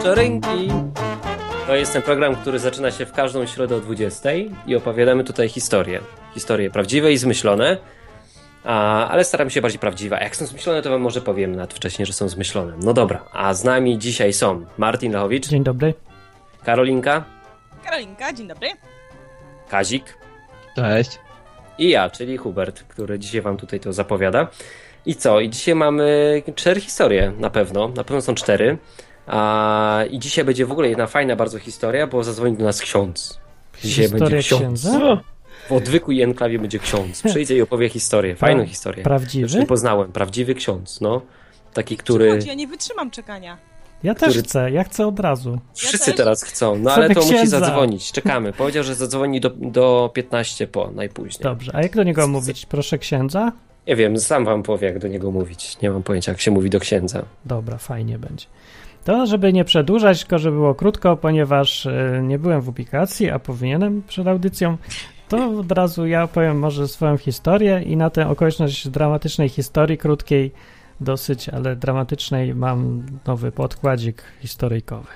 Wieczorynki! To jest ten program, który zaczyna się w każdą środę o 20 i opowiadamy tutaj historie. Historie prawdziwe i zmyślone, ale staram się bardziej prawdziwe. A jak są zmyślone, to wam może powiem nawet wcześniej, że są zmyślone. No dobra, a z nami dzisiaj są Martin Lechowicz. Dzień dobry. Karolinka. Karolinka, dzień dobry. Kazik. Cześć. I ja, czyli Hubert, który dzisiaj wam tutaj to zapowiada. I co? I dzisiaj mamy 4 historie na pewno są 4. I dzisiaj będzie w ogóle jedna fajna bardzo historia, bo zadzwoni do nas ksiądz. Dzisiaj Historia będzie ksiądz. księdza? W odwyku i enklawie będzie ksiądz. Przyjdzie i opowie historię, fajną historię. Prawdziwy? Już nie poznałem. Prawdziwy ksiądz, no. Taki, który... Przychodzi, ja nie wytrzymam czekania. Ja też chcę, ja chcę od razu. Wszyscy też. teraz chcą, no Chcemy ale to musi księdza. zadzwonić. Czekamy. Powiedział, że zadzwoni do 15 po najpóźniej. Dobrze, a jak do niego mówić? Proszę księdza? Nie wiem, sam wam powiem, jak do niego mówić. Nie mam pojęcia, jak się mówi do księdza. Dobra, fajnie będzie. To, żeby nie przedłużać, tylko żeby było krótko, ponieważ nie byłem w publikacji, a powinienem przed audycją, to od razu ja opowiem może swoją historię i na tę okoliczność dramatycznej historii, krótkiej dosyć, ale dramatycznej, mam nowy podkładzik historyjkowy.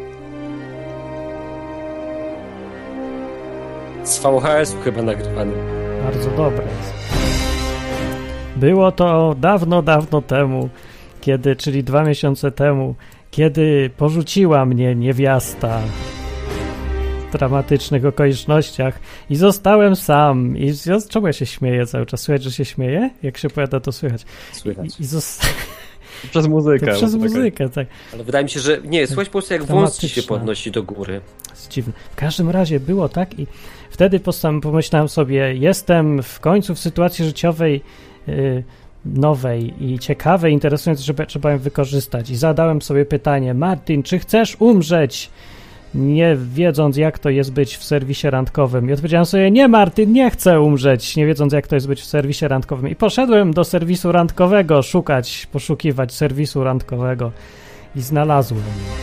Z VHS-u chyba nagrywany. Bardzo dobre jest. Było to dawno, dawno temu, czyli 2 miesiące temu, kiedy porzuciła mnie niewiasta w dramatycznych okolicznościach i zostałem sam. Czemu ja się śmieję cały czas? Słychać, że się śmieję? Jak się powiada, to słychać. Słychać. Przez muzykę. Przez muzykę, tak. Ale wydaje mi się, że nie, słychać po prostu jak wąs ci się podnosi do góry. Jest dziwne. W każdym razie było tak i wtedy pomyślałem sobie, jestem w końcu w sytuacji życiowej nowej i ciekawej, interesującej, że trzeba ją wykorzystać. I zadałem sobie pytanie: Martin, czy chcesz umrzeć? Nie wiedząc, jak to jest być w serwisie randkowym. I odpowiedziałem sobie: nie, Martin, nie chcę umrzeć, nie wiedząc, jak to jest być w serwisie randkowym. I poszedłem do serwisu randkowego poszukiwać serwisu randkowego i znalazłem.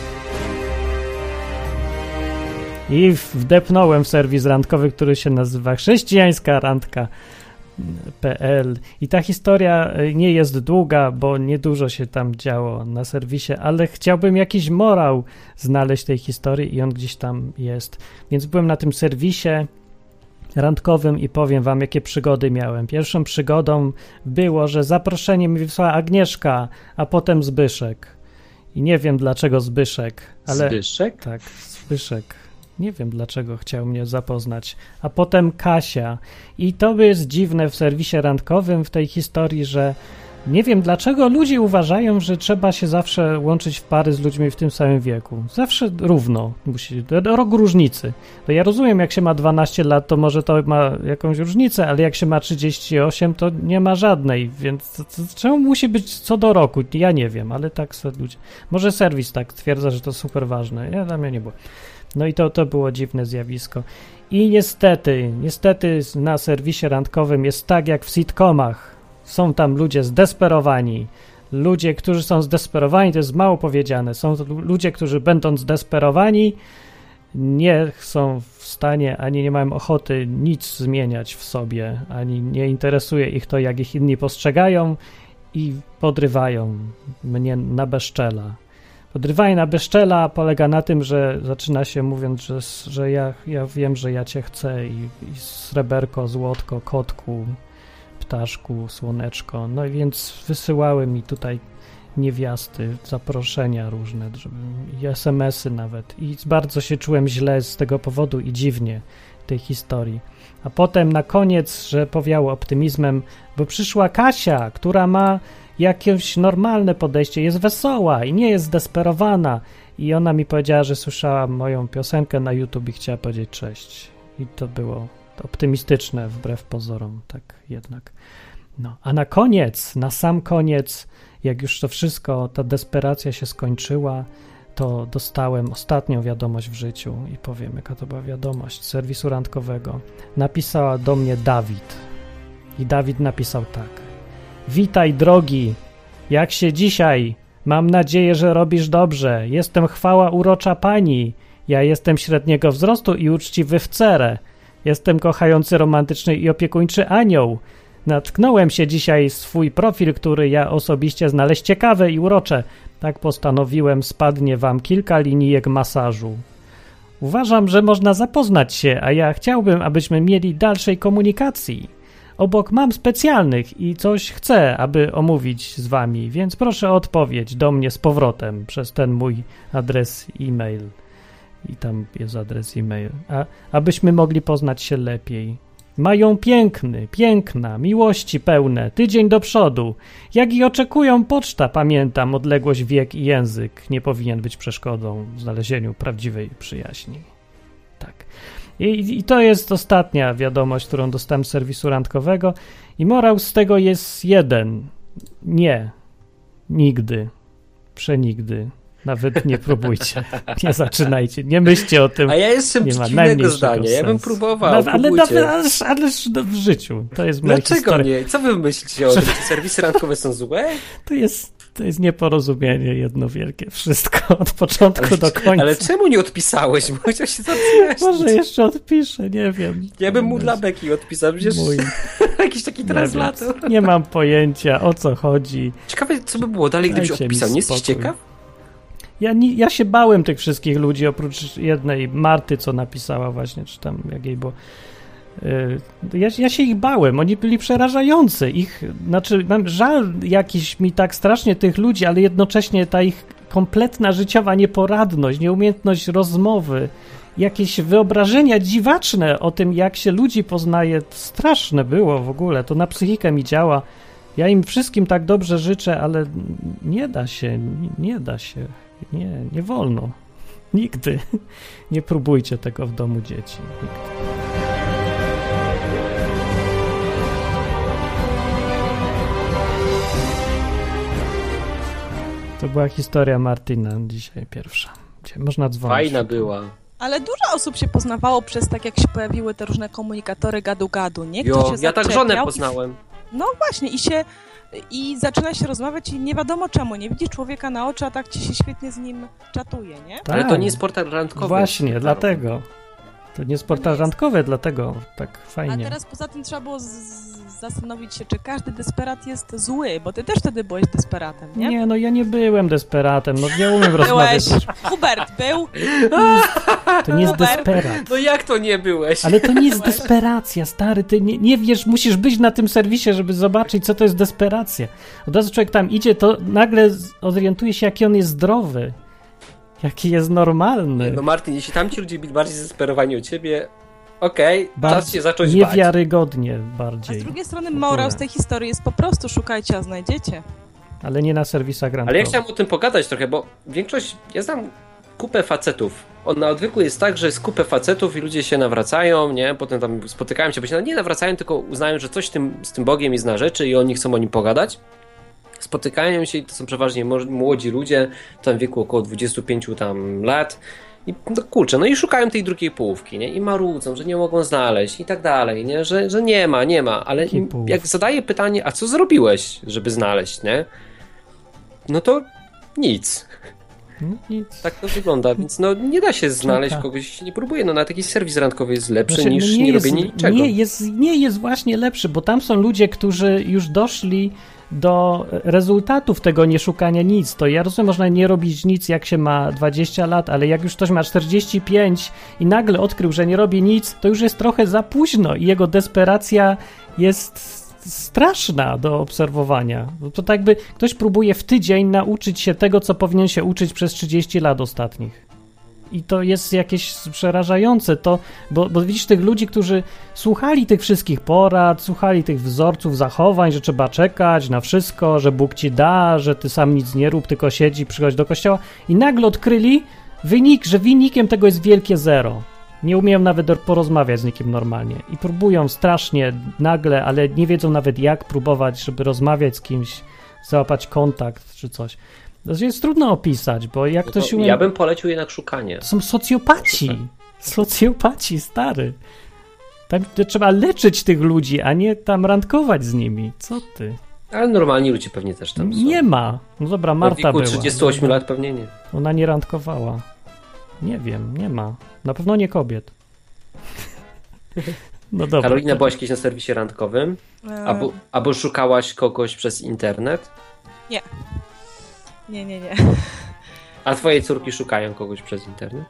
I wdepnąłem w serwis randkowy, który się nazywa Chrześcijańska Randka.pl. I ta historia nie jest długa, bo niedużo się tam działo na serwisie, ale chciałbym jakiś morał znaleźć tej historii i on gdzieś tam jest. Więc byłem na tym serwisie randkowym i powiem wam, jakie przygody miałem. Pierwszą przygodą było, że zaproszenie mi wysłała Agnieszka, a potem Zbyszek. I nie wiem, dlaczego Zbyszek, ale... Zbyszek? Tak, Zbyszek. Nie wiem, dlaczego chciał mnie zapoznać. A potem Kasia. I to jest dziwne w serwisie randkowym w tej historii, że nie wiem, dlaczego ludzie uważają, że trzeba się zawsze łączyć w pary z ludźmi w tym samym wieku. Zawsze równo. Rok różnicy. To ja rozumiem, jak się ma 12 lat, to może to ma jakąś różnicę, ale jak się ma 38, to nie ma żadnej. Więc czemu musi być co do roku? Ja nie wiem, ale tak sobie ludzie... Może serwis tak twierdza, że to super ważne. Ja dla mnie nie było. No i to było dziwne zjawisko. I niestety na serwisie randkowym jest tak jak w sitcomach. Są tam ludzie zdesperowani. Ludzie, którzy są zdesperowani, to jest mało powiedziane. Są to ludzie, którzy będąc zdesperowani nie są w stanie, ani nie mają ochoty nic zmieniać w sobie, ani nie interesuje ich to, jak ich inni postrzegają i podrywają mnie na bezczela. Podrywanie na bezczela polega na tym, że zaczyna się mówiąc, że ja wiem, że ja cię chcę i sreberko, złotko, kotku, ptaszku, słoneczko. No i więc wysyłały mi tutaj niewiasty, zaproszenia różne, i SMS-y nawet. I bardzo się czułem źle z tego powodu i dziwnie tej historii. A potem na koniec, że powiało optymizmem, bo przyszła Kasia, która ma jakieś normalne podejście, jest wesoła i nie jest zdesperowana. I ona mi powiedziała, że słyszała moją piosenkę na YouTube i chciała powiedzieć cześć. I to było optymistyczne wbrew pozorom, tak jednak. No, a na sam koniec, jak już to wszystko, ta desperacja się skończyła, to dostałem ostatnią wiadomość w życiu i powiem, jaka to była wiadomość z serwisu randkowego. Napisała do mnie Dawid. I Dawid napisał tak: witaj drogi, jak się dzisiaj? Mam nadzieję, że robisz dobrze. Jestem chwała urocza pani. Ja jestem średniego wzrostu i uczciwy w cerę. Jestem kochający, romantyczny i opiekuńczy anioł. Natknąłem się dzisiaj swój profil, który ja osobiście znaleźć ciekawe i urocze. Tak postanowiłem, spadnie wam kilka linijek masażu. Uważam, że można zapoznać się, a ja chciałbym, abyśmy mieli dalszej komunikacji. Obok mam specjalnych i coś chcę, aby omówić z wami, więc proszę o odpowiedź do mnie z powrotem przez ten mój adres e-mail. I tam jest adres e-mail. Abyśmy mogli poznać się lepiej. Mają piękna, miłości pełne, tydzień do przodu. Jak i oczekują poczta, pamiętam, odległość, wiek i język nie powinien być przeszkodą w znalezieniu prawdziwej przyjaźni. Tak. I to jest ostatnia wiadomość, którą dostałem z serwisu randkowego i morał z tego jest jeden. Nie. Nigdy. Przenigdy. Nawet nie próbujcie. Nie zaczynajcie. Nie myślcie o tym. A ja jestem przeciwnego zdania. Ja bym próbował. Ale w życiu. To jest moja Dlaczego historia. nie? Co wy myślicie o tym? Czy serwisy randkowe są złe? To jest nieporozumienie jedno wielkie. Wszystko od początku do końca. Ale czemu nie odpisałeś? Bo chciał się zatrzymać. Może jeszcze odpiszę, nie wiem. Ja bym mu dla beki odpisał. Przecież Mój... jakiś taki translator. Nie mam pojęcia, o co chodzi. Ciekawe, co by było dalej, gdybyś odpisał. Nie jesteś ciekaw? Ja się bałem tych wszystkich ludzi, oprócz jednej Marty, co napisała właśnie, czy tam jak jej było. Ja się ich bałem, oni byli przerażający. Mam żal jakiś mi tak strasznie tych ludzi, ale jednocześnie ta ich kompletna życiowa nieporadność, nieumiejętność rozmowy, jakieś wyobrażenia dziwaczne o tym, jak się ludzi poznaje, straszne było w ogóle, to na psychikę mi działa. Ja im wszystkim tak dobrze życzę, ale nie da się. Nie wolno. Nigdy. Nie próbujcie tego w domu dzieci. Nigdy. To była historia Martina dzisiaj pierwsza. Można dzwonić. Fajna była. Ale dużo osób się poznawało przez tak, jak się pojawiły te różne komunikatory gadu-gadu, nie? Ja tak żonę poznałem. No właśnie, i zaczyna się rozmawiać i nie wiadomo czemu. Nie widzi człowieka na oczy, a tak ci się świetnie z nim czatuje, nie? Tak. Ale to nie jest portal randkowy. Właśnie, dlatego. To nie jest portal randkowy, dlatego tak fajnie. A teraz poza tym trzeba było zastanowić się, czy każdy desperat jest zły, bo ty też wtedy byłeś desperatem, nie? Nie, no ja nie byłem desperatem, no nie umiem rozmawiać. Hubert był. To nie jest desperat. No jak to nie byłeś? Ale to nie jest desperacja, stary, ty nie wiesz, musisz być na tym serwisie, żeby zobaczyć, co to jest desperacja. Od razu człowiek tam idzie, to nagle orientuje się, jaki on jest zdrowy, jaki jest normalny. No Martin, jeśli tamci ludzie byli bardziej zdesperowani o ciebie, czas się zacząć bać. Niewiarygodnie bardziej. A z drugiej strony morał z tej historii jest po prostu szukajcie, a znajdziecie. Ale nie na serwisach randkowych. Ale ja chciałem o tym pogadać trochę, bo ja znam kupę facetów. Na odwyku jest tak, że jest kupę facetów i ludzie się nawracają, nie? Potem tam spotykają się, bo się nie nawracają, tylko uznają, że coś z tym Bogiem jest na rzeczy i oni chcą o nim pogadać. Spotykają się i to są przeważnie młodzi ludzie, tam w wieku około 25 tam lat. I no kurczę, no i szukają tej drugiej połówki, nie? I marudzą, że nie mogą znaleźć i tak dalej, nie? Że nie ma, ale jak zadaję pytanie, a co zrobiłeś, żeby znaleźć, nie? No to nic. Nic. Tak to wygląda, więc no nie da się znaleźć kogoś, nie próbuje, no nawet jakiś serwis randkowy jest lepszy niż nie robienie niczego. Nie jest właśnie lepszy, bo tam są ludzie, którzy już doszli do rezultatów tego nieszukania nic. To ja rozumiem, można nie robić nic, jak się ma 20 lat, ale jak już ktoś ma 45 i nagle odkrył, że nie robi nic, to już jest trochę za późno i jego desperacja jest straszna do obserwowania. To tak jakby ktoś próbuje w tydzień nauczyć się tego, co powinien się uczyć przez 30 lat ostatnich. I to jest jakieś przerażające, bo widzisz tych ludzi, którzy słuchali tych wszystkich porad, słuchali tych wzorców zachowań, że trzeba czekać na wszystko, że Bóg ci da, że ty sam nic nie rób, tylko siedzi, przychodź do kościoła i nagle odkryli że wynikiem tego jest wielkie zero. Nie umieją nawet porozmawiać z nikim normalnie i próbują strasznie nagle, ale nie wiedzą nawet jak próbować, żeby rozmawiać z kimś, załapać kontakt czy coś. To jest trudno opisać, bo jak ktoś umie... Ja bym polecił jednak szukanie. To są socjopaci. Socjopaci, stary. Tam trzeba leczyć tych ludzi, a nie tam randkować z nimi. Co ty? Ale normalni ludzie pewnie też tam są. Nie ma. No dobra, Marta była. W wieku 38 lat pewnie nie. Ona nie randkowała. Nie wiem, nie ma. Na pewno nie kobiet. No dobra. Karolina, byłaś kiedyś na serwisie randkowym? Albo szukałaś kogoś przez internet? Nie. A twoje córki szukają kogoś przez internet?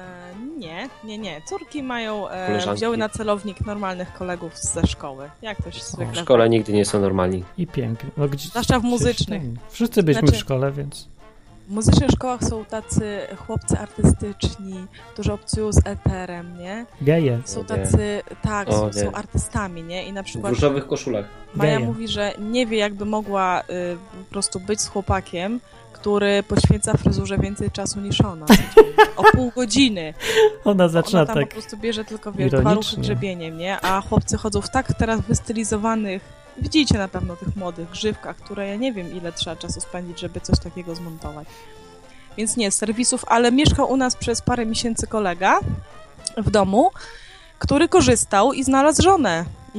Nie. Córki mają, Koleżanki. wzięły na celownik normalnych kolegów ze szkoły. Jak to się W zwykle... szkole nigdy nie są normalni. I pięknie. No, Zwłaszcza w muzycznych. Wszyscy byliśmy Znaczy- w szkole, więc... W muzycznych szkołach są tacy chłopcy artystyczni, którzy obcują z eterem, nie? Geje. Są O nie. tacy, tak, O są nie. artystami, nie? I na W przykład różowych koszulach. Maja geje. mówi, że nie wie, jakby mogła po prostu być z chłopakiem, który poświęca fryzurze więcej czasu niż ona. O pół godziny. Ona zaczyna Ona tam tak... po prostu bierze tylko dwa ruchy ironicznie. grzebieniem, nie? A chłopcy chodzą w tak teraz wystylizowanych, widzicie na pewno tych młodych grzywkach, które ja nie wiem, ile trzeba czasu spędzić, żeby coś takiego zmontować. Więc nie, z serwisów, ale mieszkał u nas przez parę miesięcy kolega w domu, który korzystał i znalazł żonę. I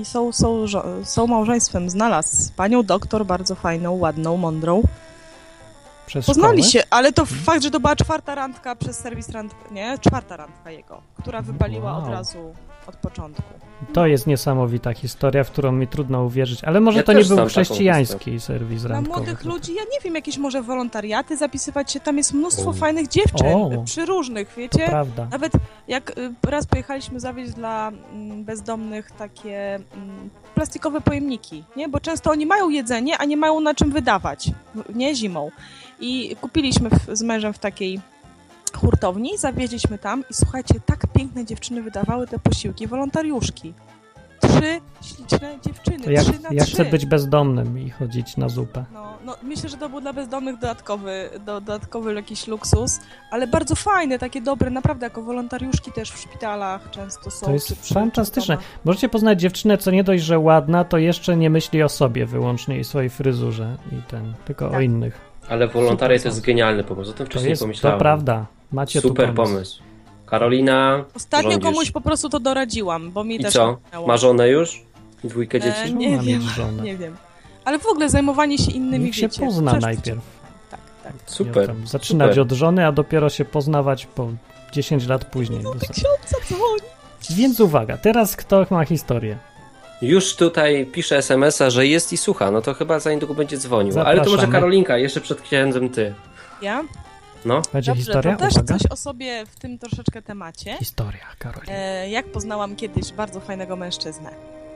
są małżeństwem. Znalazł panią doktor, bardzo fajną, ładną, mądrą. Przez Poznali szkołę? się, ale to fakt, że to była czwarta randka przez serwis czwarta randka jego, która wypaliła od Wow. razu od początku. To jest niesamowita historia, w którą mi trudno uwierzyć, ale może Ja to nie też był znam taką chrześcijański serwis Dla randkowy. młodych ludzi, ja nie wiem, jakieś może wolontariaty zapisywać się, tam jest mnóstwo O. fajnych dziewczyn, O. przyróżnych, To wiecie? prawda. Nawet jak raz pojechaliśmy zawieźć dla bezdomnych takie plastikowe pojemniki, nie? Bo często oni mają jedzenie, a nie mają na czym wydawać, nie? Zimą. I kupiliśmy z mężem w takiej hurtowni, zawieźliśmy tam i słuchajcie, tak piękne dziewczyny wydawały te posiłki, wolontariuszki. 3 śliczne dziewczyny, To ja 3 na 3. chcę być bezdomnym i chodzić na zupę. No, myślę, że to był dla bezdomnych dodatkowy jakiś luksus, ale bardzo fajne, takie dobre, naprawdę jako wolontariuszki też w szpitalach często są. To jest czy w fantastyczne. domach. Możecie poznać dziewczynę, co nie dość, że ładna, to jeszcze nie myśli o sobie wyłącznie i swojej fryzurze tylko o Tak. innych. Ale wolontariat to Super jest genialny pomysł. O tym To wcześniej jest, pomyślałem. to prawda. Macie Super tu pomysł. Karolina, Ostatnio rządzisz. komuś po prostu to doradziłam, bo mi I też co? minęło. Ma żonę już? I dwójkę dzieci? Żona Nie mieć wiem, żonę. nie wiem. Ale w ogóle zajmowanie się innymi, Niech się wiecie, pozna przecież- najpierw. Tak. Super. Nie, tam zaczynać super. od żony, a dopiero się poznawać po 10 lat później. No, tak ksiądza dzwoni. Więc uwaga, teraz kto ma historię? Już tutaj pisze SMS-a, że jest i słucha. No to chyba za niedługo będzie dzwonił. Ale to może Zapraszamy. Karolinka, jeszcze przed księdzem ty. Ja? No. Będzie Dobrze, historia? to też Uwaga. coś o sobie w tym troszeczkę temacie. Historia, Karolina. Jak poznałam kiedyś bardzo fajnego mężczyznę.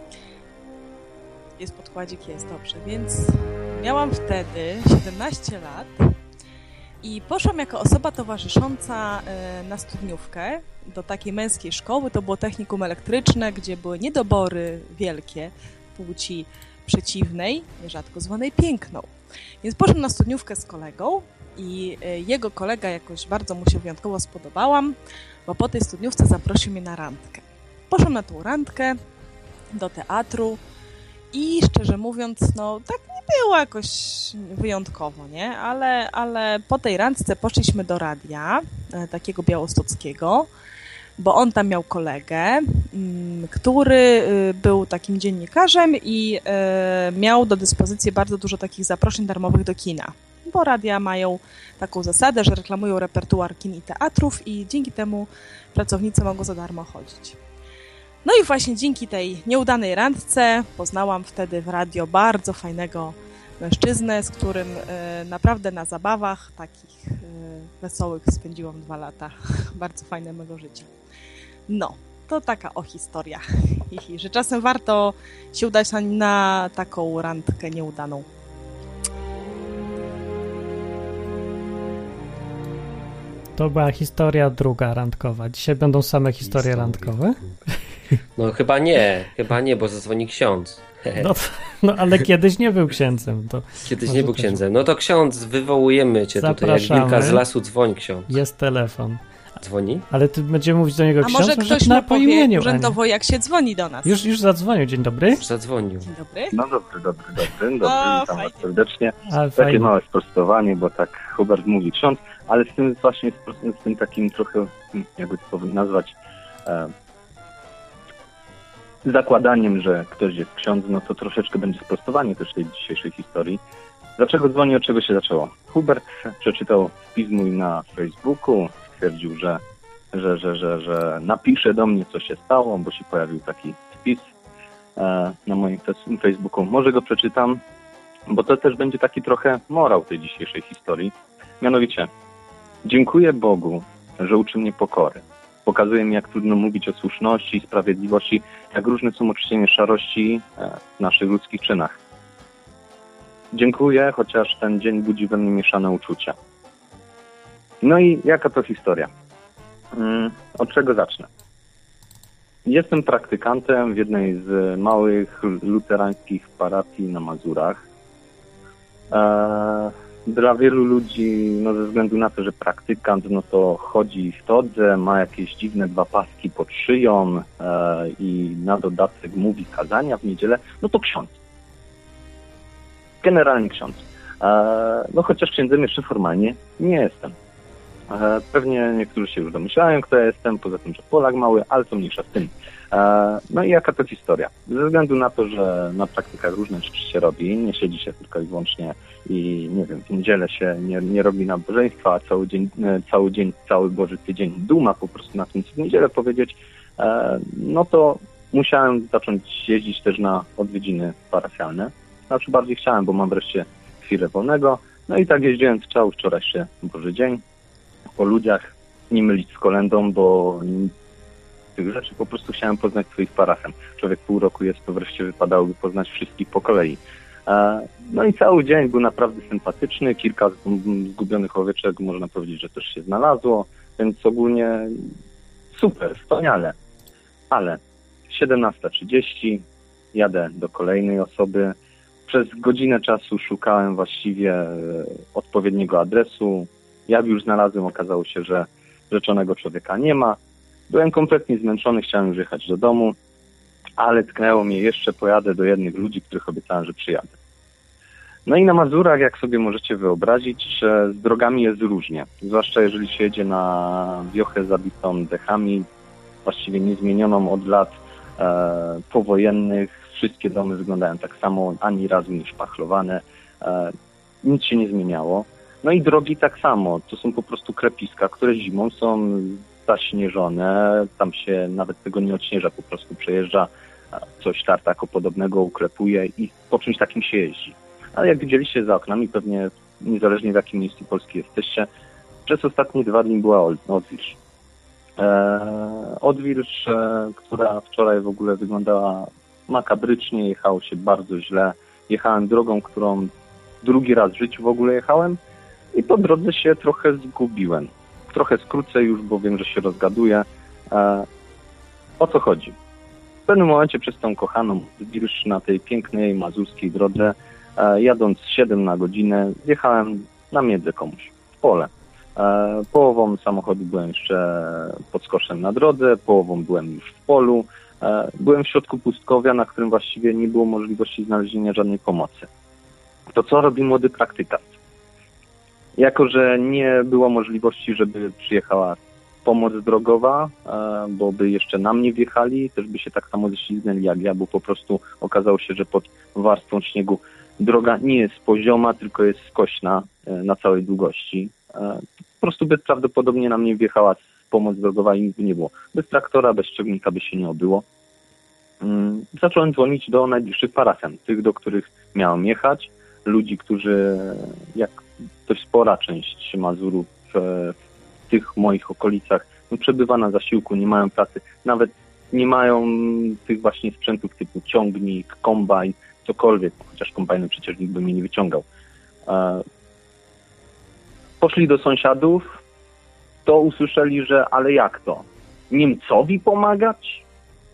Jest podkładzik, jest dobrze, więc miałam wtedy 17 lat i poszłam jako osoba towarzysząca na studniówkę do takiej męskiej szkoły. To było technikum elektryczne, gdzie były niedobory wielkie płci przeciwnej, nierzadko zwanej piękną. Więc poszłam na studniówkę z kolegą i jego kolega jakoś bardzo mu się wyjątkowo spodobałam, bo po tej studniówce zaprosił mnie na randkę. Poszłam na tą randkę do teatru i szczerze mówiąc, no tak nie było jakoś wyjątkowo, nie? Ale po tej randce poszliśmy do radia, takiego białostockiego, bo on tam miał kolegę, który był takim dziennikarzem i miał do dyspozycji bardzo dużo takich zaproszeń darmowych do kina. Bo radia mają taką zasadę, że reklamują repertuar kin i teatrów i dzięki temu pracownicy mogą za darmo chodzić. No i właśnie dzięki tej nieudanej randce poznałam wtedy w radio bardzo fajnego mężczyznę, z którym naprawdę na zabawach takich wesołych spędziłam 2 lata bardzo fajne mego życia. No, to taka historia. Że czasem warto się udać na taką randkę nieudaną. To była historia druga randkowa. Dzisiaj będą same historie randkowe. No chyba nie, bo zadzwoni ksiądz. No ale kiedyś nie był księdzem. To Kiedyś może nie był też. księdzem. No to ksiądz, wywołujemy cię tutaj. Jak Zapraszamy. wilka z lasu, dzwoń ksiądz. jest telefon. Dzwoni? Ale ty będziemy mówić do niego A ksiądz? może ktoś na mu po powie imieniu, urzędowo, jak się dzwoni do nas? Już zadzwonił. Dzień dobry. Już zadzwonił. Dzień dobry. No dobry, witam O, was fajnie. serdecznie. Ale Takie fajnie. małe sprostowanie, bo tak Hubert mówi ksiądz, ale z tym właśnie, z tym takim trochę, jakby to nazwać, zakładaniem, że ktoś jest ksiądz, no to troszeczkę będzie sprostowanie też tej dzisiejszej historii. Dlaczego dzwoni, od czego się zaczęło? Hubert przeczytał wpis mój na Facebooku, stwierdził, że napisze do mnie, co się stało, bo się pojawił taki wpis na moim Facebooku. Może go przeczytam, bo to też będzie taki trochę morał tej dzisiejszej historii. Mianowicie, dziękuję Bogu, że uczy mnie pokory. Pokazuje mi, jak trudno mówić o słuszności i sprawiedliwości, jak różne są odcienie szarości w naszych ludzkich czynach. Dziękuję, chociaż ten dzień budzi we mnie mieszane uczucia. No i jaka to historia? Od czego zacznę? Jestem praktykantem w jednej z małych luterańskich parafii na Mazurach. Dla wielu ludzi, no ze względu na to, że praktykant, no to chodzi w todze, ma jakieś dziwne 2 paski pod szyją i na dodatek mówi kazania w niedzielę, no to ksiądz. Generalnie ksiądz. No chociaż księdzem jeszcze formalnie nie jestem. Pewnie niektórzy się już domyślają, kto ja jestem, poza tym, że Polak mały, ale to mniejsza z tym. No i jaka to historia? Ze względu na to, że na praktykach różne rzeczy się robi, nie siedzi się tylko i wyłącznie i nie wiem, w niedzielę się nie robi nabożeństwa, a cały Boży tydzień duma po prostu na tym, co w niedzielę powiedzieć, no to musiałem zacząć jeździć też na odwiedziny parafialne. Znaczy bardziej chciałem, bo mam wreszcie chwilę wolnego. No i tak jeździłem cały wczorajszy Boży dzień po ludziach, nie mylić z kolędą, bo tych rzeczy po prostu chciałem poznać swoich parafian. Człowiek pół roku jest, to wreszcie wypadałoby poznać wszystkich po kolei. No i cały dzień był naprawdę sympatyczny, kilka zgubionych owieczek można powiedzieć, że też się znalazło, więc ogólnie super, wspaniale. Ale 17:30 jadę do kolejnej osoby. Przez godzinę czasu szukałem właściwie odpowiedniego adresu. Jak już znalazłem, okazało się, że rzeczonego człowieka nie ma. Byłem kompletnie zmęczony, chciałem już jechać do domu, ale tknęło mnie jeszcze, pojadę do jednych ludzi, których obiecałem, że przyjadę. No i na Mazurach, jak sobie możecie wyobrazić, z drogami jest różnie. Zwłaszcza jeżeli się jedzie na wiochę zabitą dechami, właściwie niezmienioną od lat powojennych. Wszystkie domy wyglądają tak samo, ani razu nie szpachlowane. Nic się nie zmieniało. No i drogi tak samo. To są po prostu krepiska, które zimą są zaśnieżone. Tam się nawet tego nie odśnieża, po prostu przejeżdża coś tartako podobnego, uklepuje i po czymś takim się jeździ. Ale jak widzieliście za oknami, pewnie niezależnie w jakim miejscu Polski jesteście, przez ostatnie 2 dni była odwilż. Odwilż, która wczoraj w ogóle wyglądała makabrycznie, jechało się bardzo źle. Jechałem drogą, którą drugi raz w życiu w ogóle jechałem i po drodze się trochę zgubiłem. Trochę skrócę już, bo wiem, że się rozgaduję. O co chodzi? W pewnym momencie przez tą kochaną Odwilż na tej pięknej mazurskiej drodze, jadąc 7 na godzinę, zjechałem na miedzę komuś, w pole. Połową samochodu byłem jeszcze pod skoszem na drodze, połową byłem już w polu. Byłem w środku pustkowia, na którym właściwie nie było możliwości znalezienia żadnej pomocy. To co robi młody praktykant? Jako że nie było możliwości, żeby przyjechała pomoc drogowa, bo by jeszcze na mnie wjechali, też by się tak samo ześlizgnęli jak ja, bo po prostu okazało się, że pod warstwą śniegu droga nie jest pozioma, tylko jest skośna na całej długości. Po prostu by prawdopodobnie na mnie wjechała pomoc drogowa i nic by nie było. Bez traktora, bez ciągnika by się nie obyło. Zacząłem dzwonić do najbliższych parafian, tych, do których miałem jechać, ludzi, którzy, jak dość spora część Mazurów w tych moich okolicach, przebywa na zasiłku, nie mają pracy, nawet nie mają tych właśnie sprzętów typu ciągnik, kombajn, cokolwiek, chociaż kombajnem przecież nikt by mnie nie wyciągał. Poszli do sąsiadów, to usłyszeli, że ale jak to? Niemcowi pomagać?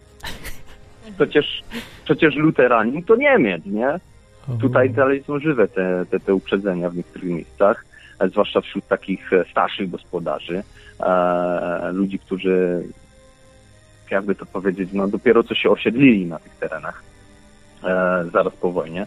Przecież luteranin to Niemiec, nie? Tutaj dalej są żywe te uprzedzenia w niektórych miejscach, zwłaszcza wśród takich starszych gospodarzy, ludzi, którzy, jakby to powiedzieć, no dopiero co się osiedlili na tych terenach zaraz po wojnie.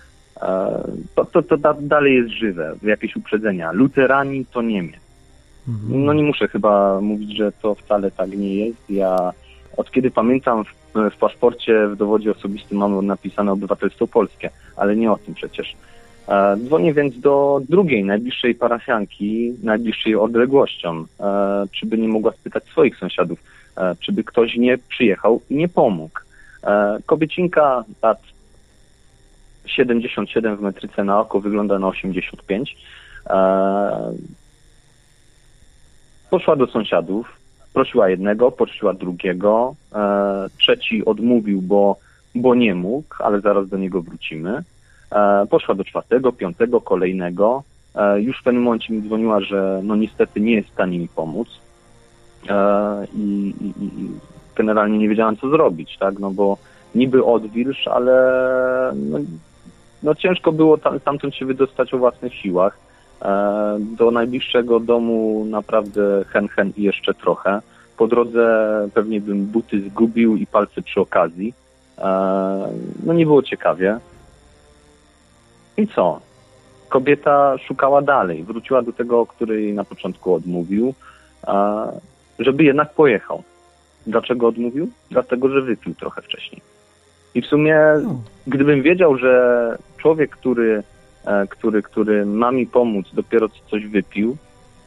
To dalej jest żywe, jakieś uprzedzenia. Luteranin to Niemiec. No nie muszę chyba mówić, że to wcale tak nie jest. Ja od kiedy pamiętam w paszporcie, w dowodzie osobistym mam napisane obywatelstwo polskie, ale nie o tym przecież. Dzwonię więc do drugiej, najbliższej parafianki, najbliższej odległością, czy by nie mogła spytać swoich sąsiadów, czy by ktoś nie przyjechał i nie pomógł. Kobiecinka, lat 77 w metryce na oko, wygląda na 85. Poszła do sąsiadów, prosiła jednego, prosiła drugiego, trzeci odmówił, bo nie mógł, ale zaraz do niego wrócimy. Poszła do czwartego, piątego, kolejnego. Już w pewnym momencie mi dzwoniła, że no niestety nie jest w stanie mi pomóc. I generalnie nie wiedziałem, co zrobić, tak? No bo niby odwilż, ale no ciężko było stamtąd się wydostać o własnych siłach. Do najbliższego domu naprawdę hen i jeszcze trochę. Po drodze pewnie bym buty zgubił i palce przy okazji. No nie było ciekawie. I co? Kobieta szukała dalej. Wróciła do tego, który jej na początku odmówił, żeby jednak pojechał. Dlaczego odmówił? Dlatego, że wypił trochę wcześniej. I w sumie, gdybym wiedział, że człowiek, który ma mi pomóc, dopiero coś wypił,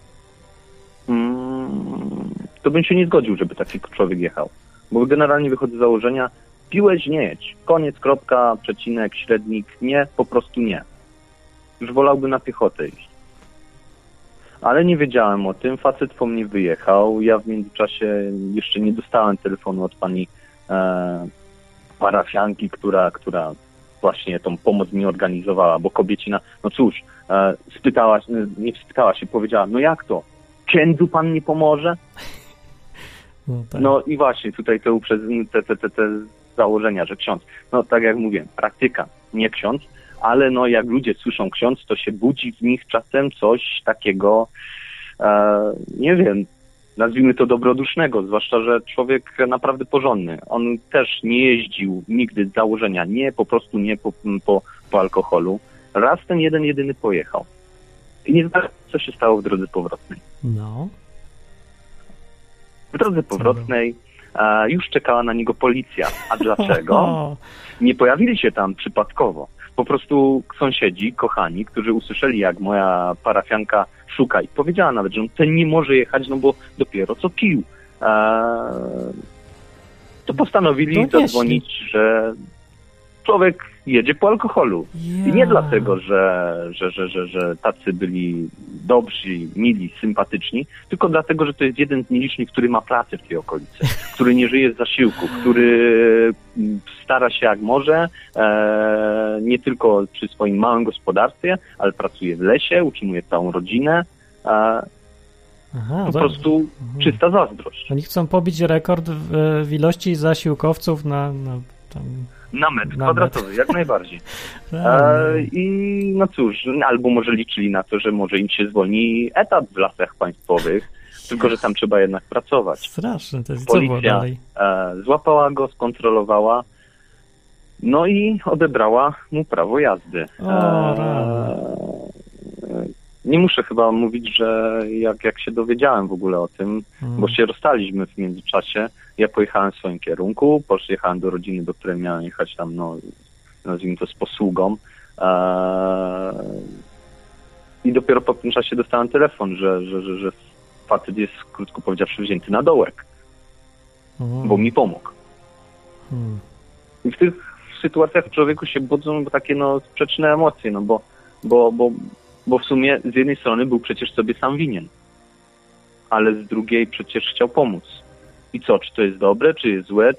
to bym się nie zgodził, żeby taki człowiek jechał. Bo generalnie wychodzę z założenia, piłeś, nie jedź. Koniec, kropka, przecinek, średnik, nie, po prostu nie. Już wolałby na piechotę iść. Ale nie wiedziałem o tym, facet po mnie wyjechał, ja w międzyczasie jeszcze nie dostałem telefonu od pani parafianki, która właśnie tą pomoc mi organizowała, bo kobiecina, no cóż, nie spytała się, powiedziała, no jak to? Księdzu pan nie pomoże? No, tak. No i właśnie tutaj te założenia, że ksiądz, no tak jak mówię, praktyka, nie ksiądz, ale no jak ludzie słyszą ksiądz, to się budzi w nich czasem coś takiego, nie wiem, nazwijmy to dobrodusznego, zwłaszcza, że człowiek naprawdę porządny. On też nie jeździł nigdy z założenia, nie, po prostu nie po alkoholu. Raz ten jedyny pojechał. I nie znam, co się stało w drodze powrotnej. No. W drodze powrotnej już czekała na niego policja. A dlaczego? Nie pojawili się tam przypadkowo. Po prostu sąsiedzi, kochani, którzy usłyszeli, jak moja parafianka szuka i powiedziała nawet, że ten nie może jechać, no bo dopiero co pił. To postanowili zadzwonić, że człowiek jedzie po alkoholu. I nie dlatego, że tacy byli dobrzy, mili, sympatyczni, tylko dlatego, że to jest jeden z nielicznych, który ma pracę w tej okolicy, który nie żyje z zasiłku, który stara się jak może, nie tylko przy swoim małym gospodarstwie, ale pracuje w lesie, utrzymuje całą rodzinę. Po prostu czysta zazdrość. Oni chcą pobić rekord w ilości zasiłkowców na metr kwadratowy, jak najbardziej. I no cóż, albo może liczyli na to, że może im się zwolni etat w lasach państwowych, tylko że tam trzeba jednak pracować. Straszne, to jest. Policja złapała go, skontrolowała, no i odebrała mu prawo jazdy. Nie muszę chyba mówić, że jak się dowiedziałem w ogóle o tym, bo się rozstaliśmy w międzyczasie, ja pojechałem w swoim kierunku, pojechałem do rodziny, do której miałem jechać tam, no, nazwijmy to z posługą. I dopiero po tym czasie dostałem telefon, że facet jest, krótko powiedziawszy, wzięty na dołek, bo mi pomógł. I w tych sytuacjach w człowieku się budzą takie sprzeczne emocje, bo w sumie z jednej strony był przecież sobie sam winien, ale z drugiej przecież chciał pomóc. I co, czy to jest dobre, czy jest złe,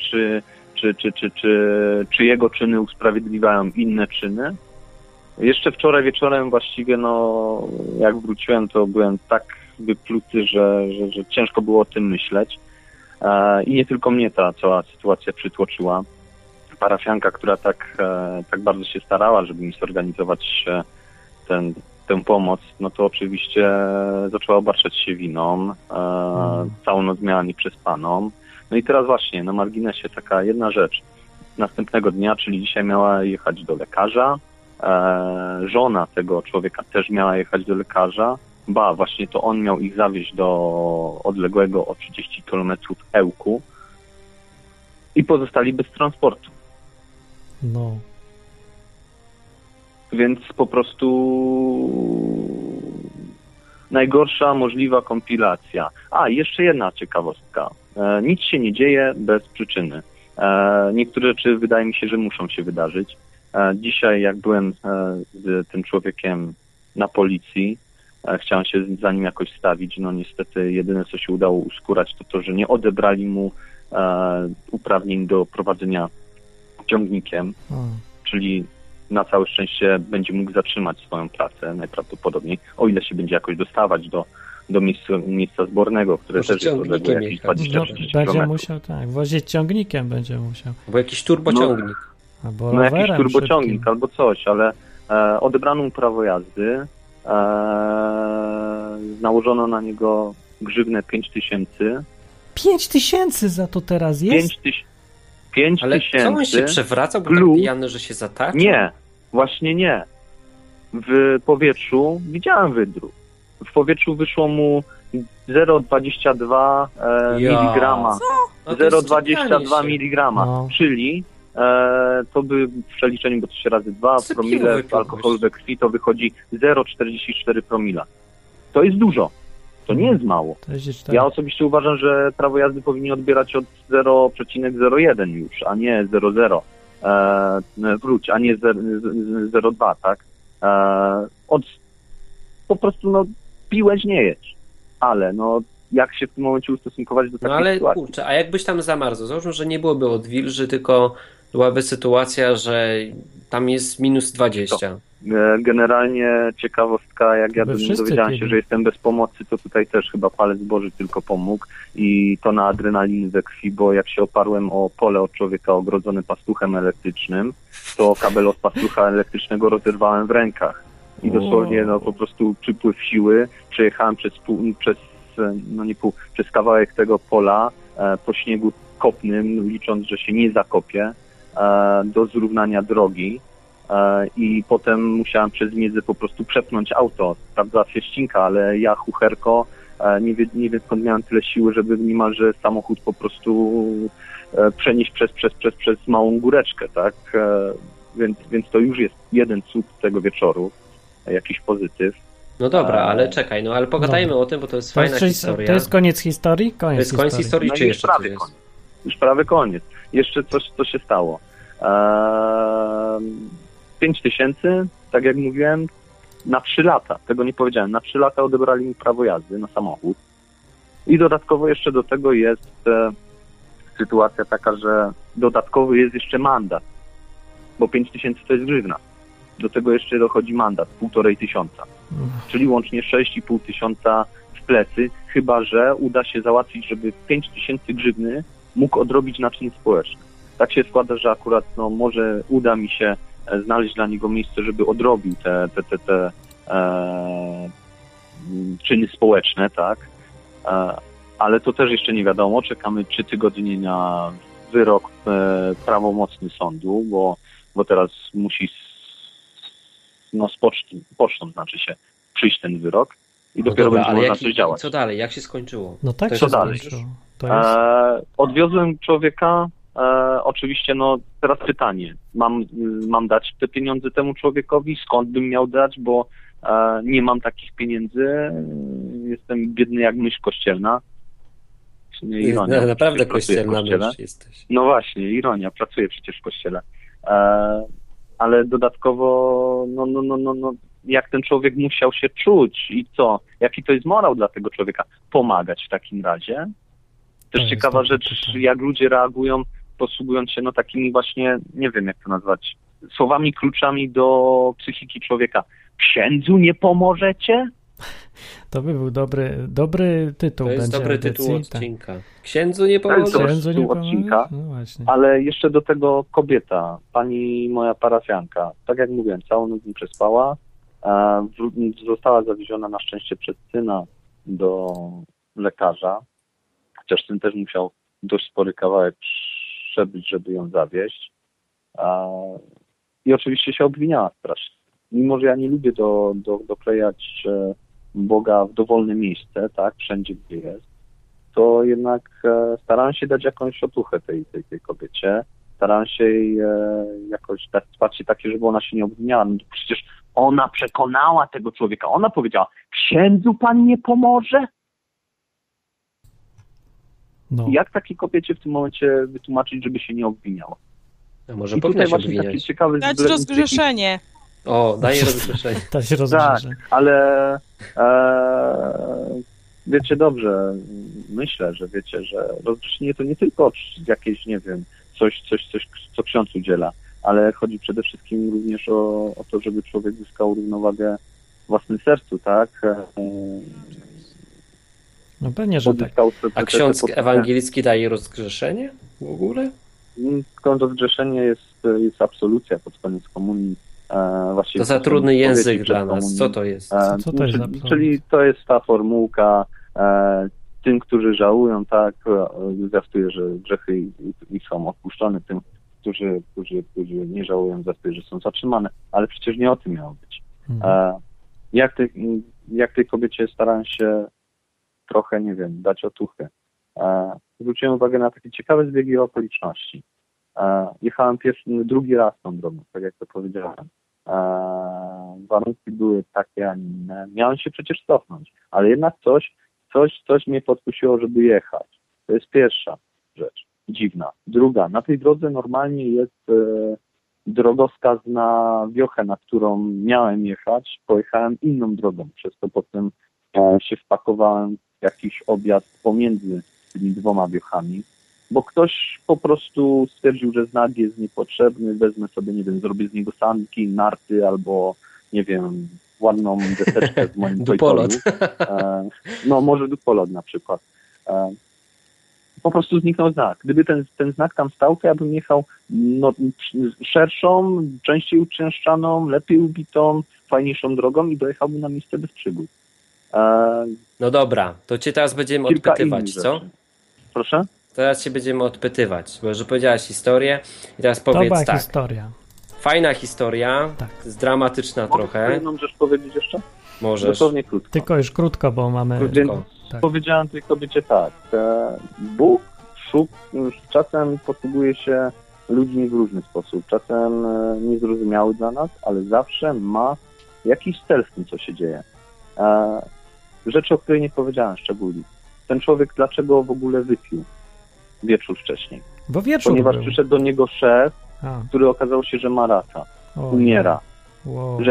czy jego czyny usprawiedliwiają inne czyny? Jeszcze wczoraj wieczorem właściwie, jak wróciłem, to byłem tak wypluty, że ciężko było o tym myśleć. I nie tylko mnie ta cała sytuacja przytłoczyła. Parafianka, która tak bardzo się starała, żeby mi zorganizować tę pomoc, no to oczywiście zaczęła obarczać się winą, całą noc miała nieprzespaną. No i teraz właśnie, na marginesie taka jedna rzecz. Następnego dnia, czyli dzisiaj, miała jechać do lekarza, żona tego człowieka też miała jechać do lekarza, właśnie to on miał ich zawieźć do odległego o 30 km Ełku i pozostali bez transportu. No. Więc po prostu najgorsza możliwa kompilacja. Jeszcze jedna ciekawostka. Nic się nie dzieje bez przyczyny. Niektóre rzeczy wydaje mi się, że muszą się wydarzyć. Dzisiaj jak byłem z tym człowiekiem na policji, chciałem się za nim jakoś stawić, no niestety jedyne co się udało uskórać to, że nie odebrali mu uprawnień do prowadzenia ciągnikiem, czyli na całe szczęście będzie mógł zatrzymać swoją pracę najprawdopodobniej, o ile się będzie jakoś dostawać do miejsca zbornego, które Może też jest odległe jakieś 20-30 km. Będzie musiał, tak, wozić ciągnikiem będzie musiał. Bo jakiś turbociągnik. Albo No jakiś rowerem turbociągnik szybkim. albo coś, ale odebrano mu prawo jazdy, nałożono na niego grzywnę 5000. 5000 za to teraz jest? 5 Ale co on się tysięcy. przewracał, bo tak plus- pijany, że się zatacza? Nie, właśnie nie. W powietrzu widziałem wydruk. W powietrzu wyszło mu 0,22 miligrama. No to jest 0,22 sypianie się. miligrama, No. czyli to by w przeliczeniu, bo to się razy 2 Sypiło promile w wypiłeś. alkoholu we krwi, to wychodzi 0,44 promila. To jest dużo. To nie jest mało. To jest Ja osobiście uważam, że prawo jazdy powinni odbierać od 0,01 już, a nie 0,0. A nie 0,2, tak? Po prostu, no, piłeś, nie jedź. Ale, no, jak się w tym momencie ustosunkować do takiej No ale sytuacji? kurczę, a jakbyś tam zamarzł? Załóżmy, że nie byłoby odwilży, tylko byłaby sytuacja, że tam jest minus 20. Generalnie ciekawostka, jak ja By wszyscy dowiedziałem się, pili. że jestem bez pomocy, to tutaj też chyba palec Boży tylko pomógł i to na adrenaliny we krwi, bo jak się oparłem o pole od człowieka ogrodzone pastuchem elektrycznym, to kabel od pastucha elektrycznego rozerwałem w rękach i dosłownie no po prostu przypływ siły, przejechałem przez kawałek tego pola po śniegu kopnym, licząc, że się nie zakopię, do zrównania drogi. I potem musiałem przez miedzę po prostu przepchnąć auto. Prawda, fieścinka, ale ja, chucherko, nie wiem skąd miałem tyle siły, żeby niemalże samochód po prostu przenieść przez małą góreczkę, tak? Więc to już jest jeden cud tego wieczoru, jakiś pozytyw. No dobra, ale czekaj, no ale pogadajmy o tym, bo to jest fajna historia. To jest koniec historii? To jest koniec historii, No czy i jeszcze coś prawie jest? koniec. Już prawie koniec. Jeszcze coś, co się stało. 5000, tak jak mówiłem, na 3 lata. Tego nie powiedziałem. Na 3 lata odebrali mi prawo jazdy na samochód. I dodatkowo jeszcze do tego jest sytuacja taka, że dodatkowo jest jeszcze mandat. Bo 5000 to jest grzywna. Do tego jeszcze dochodzi mandat, 1500. Czyli łącznie 6500 w plecy, chyba że uda się załatwić, żeby 5000 grzywny mógł odrobić na czyn społeczny. Tak się składa, że akurat no, może uda mi się znaleźć dla niego miejsce, żeby odrobił te czyny społeczne, tak? Ale to też jeszcze nie wiadomo. Czekamy 3 tygodnie na wyrok prawomocny sądu, bo teraz musi z pocztą znaczy się przyjść ten wyrok i dopiero będzie można coś działać. Co dalej? Jak się skończyło? No tak To się co dalej? skończyło. To jest... Odwiozłem człowieka. Oczywiście, no teraz pytanie. Mam dać te pieniądze temu człowiekowi? Skąd bym miał dać? Bo nie mam takich pieniędzy. Jestem biedny jak mysz kościelna. Ironia. Naprawdę Pracuję w kościelna kościele. mysz jesteś. No właśnie, ironia. Pracuję przecież w kościele. Ale dodatkowo, no, jak ten człowiek musiał się czuć i co? Jaki to jest morał dla tego człowieka? Pomagać w takim razie. Też jest ciekawa dobre rzecz, pytanie. jak ludzie reagują, posługując się no takimi właśnie, nie wiem jak to nazwać, słowami kluczami do psychiki człowieka. Księdzu nie pomożecie? To by był dobry tytuł. To jest będzie dobry audycji, tytuł tak. odcinka. Księdzu nie To jest pomoże. dobry Księdzu nie tytuł pomożesz? odcinka. No właśnie. Ale jeszcze do tego kobieta, pani moja parafianka, tak jak mówiłem, całą noc mi przespała, została zawieziona na szczęście przez syna do lekarza, chociaż syn też musiał dość spory kawałek przebyć, żeby ją zawieźć. I oczywiście się obwiniała strasznie. Mimo że ja nie lubię doklejać Boga w dowolne miejsce, tak, wszędzie gdzie jest, to jednak starałem się dać jakąś otuchę tej kobiecie. Starałem się jej jakoś dać wsparcie takie, żeby ona się nie obwiniała. No, przecież ona przekonała tego człowieka. Ona powiedziała, księdzu pan nie pomoże? No. Jak takiej kobiecie w tym momencie wytłumaczyć, żeby się nie obwiniała? A może I powinna tutaj się właśnie taki obwiniać. ciekawy Dać zbiornik rozgrzeszenie. O, daje rozgrzeszenie. To się Tak, rozgrzeże. ale wiecie dobrze, myślę, że wiecie, że rozgrzeszenie to nie tylko jakieś, nie wiem, coś, co ksiądz udziela, ale chodzi przede wszystkim również o to, żeby człowiek zyskał równowagę w własnym sercu, tak? No pewnie, że tak. Odzyskał A ksiądz ewangelicki daje rozgrzeszenie w ogóle? Skąd rozgrzeszenie jest absolucja pod koniec komunii. Właściwie To za trudny język dla nas. Co to jest? Co to jest za absolucja? Czyli to jest ta formułka, tym, którzy żałują, tak, zwiastuje, że grzechy ich są odpuszczone, tym, którzy nie żałują, zwiastuje, że są zatrzymane, ale przecież nie o tym miało być. Jak tej kobiecie starałem się trochę, nie wiem, dać otuchy. Zwróciłem uwagę na takie ciekawe zbiegi okoliczności. Jechałem drugi raz tą drogą, tak jak to powiedziałem. Warunki były takie, a nie inne. Miałem się przecież cofnąć, ale jednak coś mnie podkusiło, żeby jechać. To jest pierwsza rzecz, dziwna. Druga, na tej drodze normalnie jest drogowskaz na wiochę, na którą miałem jechać. Pojechałem inną drogą, przez to potem się wpakowałem w jakiś objazd pomiędzy tymi dwoma wiochami, bo ktoś po prostu stwierdził, że znak jest niepotrzebny, wezmę sobie, nie wiem, zrobię z niego sanki, narty albo, nie wiem, ładną deseczkę z moim Dupolot. No może dupolot na przykład. Po prostu zniknął znak. Gdyby ten znak tam stał, to ja bym jechał szerszą, częściej uczęszczaną, lepiej ubitą, fajniejszą drogą i dojechałbym na miejsce bez przygód. No dobra, to cię teraz będziemy odpytywać, co? Rzeczy. Proszę? Teraz się będziemy odpytywać, bo że powiedziałaś historię i teraz powiedz była tak. historia. Fajna historia, Tak. dramatyczna Mogę trochę. jedną rzecz powiedzieć jeszcze? Możesz. Dosłownie krótko. Tylko już krótko, bo mamy... Więc Tak. powiedziałem tej kobiecie tak. Bóg czasem posługuje się ludźmi w różny sposób. Czasem niezrozumiały dla nas, ale zawsze ma jakiś cel w tym, co się dzieje. Rzeczy, o której nie powiedziałem szczególnie. Ten człowiek dlaczego w ogóle wypił wieczór wcześniej? Bo wieczór Ponieważ był. przyszedł do niego szef, A, który okazało się, że ma raka. Umiera. Wow.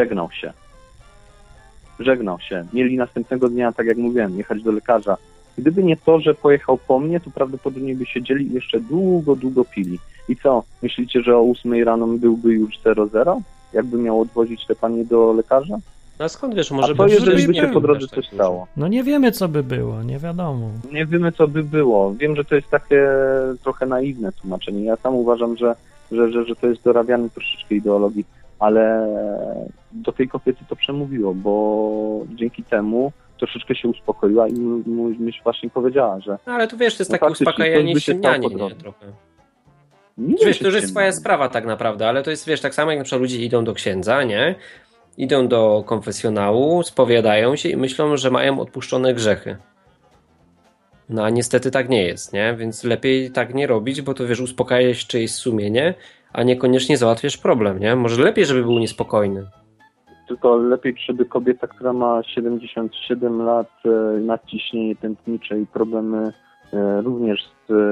Żegnał się. Mieli następnego dnia, tak jak mówiłem, jechać do lekarza. Gdyby nie to, że pojechał po mnie, to prawdopodobnie by siedzieli i jeszcze długo pili. I co? Myślicie, że o 8 rano byłby już 0-0? Jakby miał odwozić te panie do lekarza? No a skąd wiesz, może A to jeżeli by nie się był po drodze aż tak coś dużo. stało? No nie wiemy, co by było, nie wiadomo. Nie wiemy, co by było. Wiem, że to jest takie trochę naiwne tłumaczenie. Ja sam uważam, że to jest dorabiany troszeczkę ideologii, ale do tej kobiety to przemówiło, bo dzięki temu troszeczkę się uspokoiła i myśl właśnie powiedziała, że No ale tu wiesz, to jest No takie faktycznie, uspokajanie to by się stało ściemnianie, po nie? drodze. Trochę. nie Wiesz, wiem, to już jest czy twoja nie. sprawa tak naprawdę, ale to jest, wiesz, tak samo jak na przykład ludzie idą do księdza, nie? Idą do konfesjonału, spowiadają się i myślą, że mają odpuszczone grzechy. No a niestety tak nie jest, nie? Więc lepiej tak nie robić, bo to wiesz, uspokajasz czyjeś sumienie, a niekoniecznie załatwiasz problem, nie? Może lepiej, żeby był niespokojny. Tylko lepiej, żeby kobieta, która ma 77 lat, nadciśnienie tętnicze i problemy również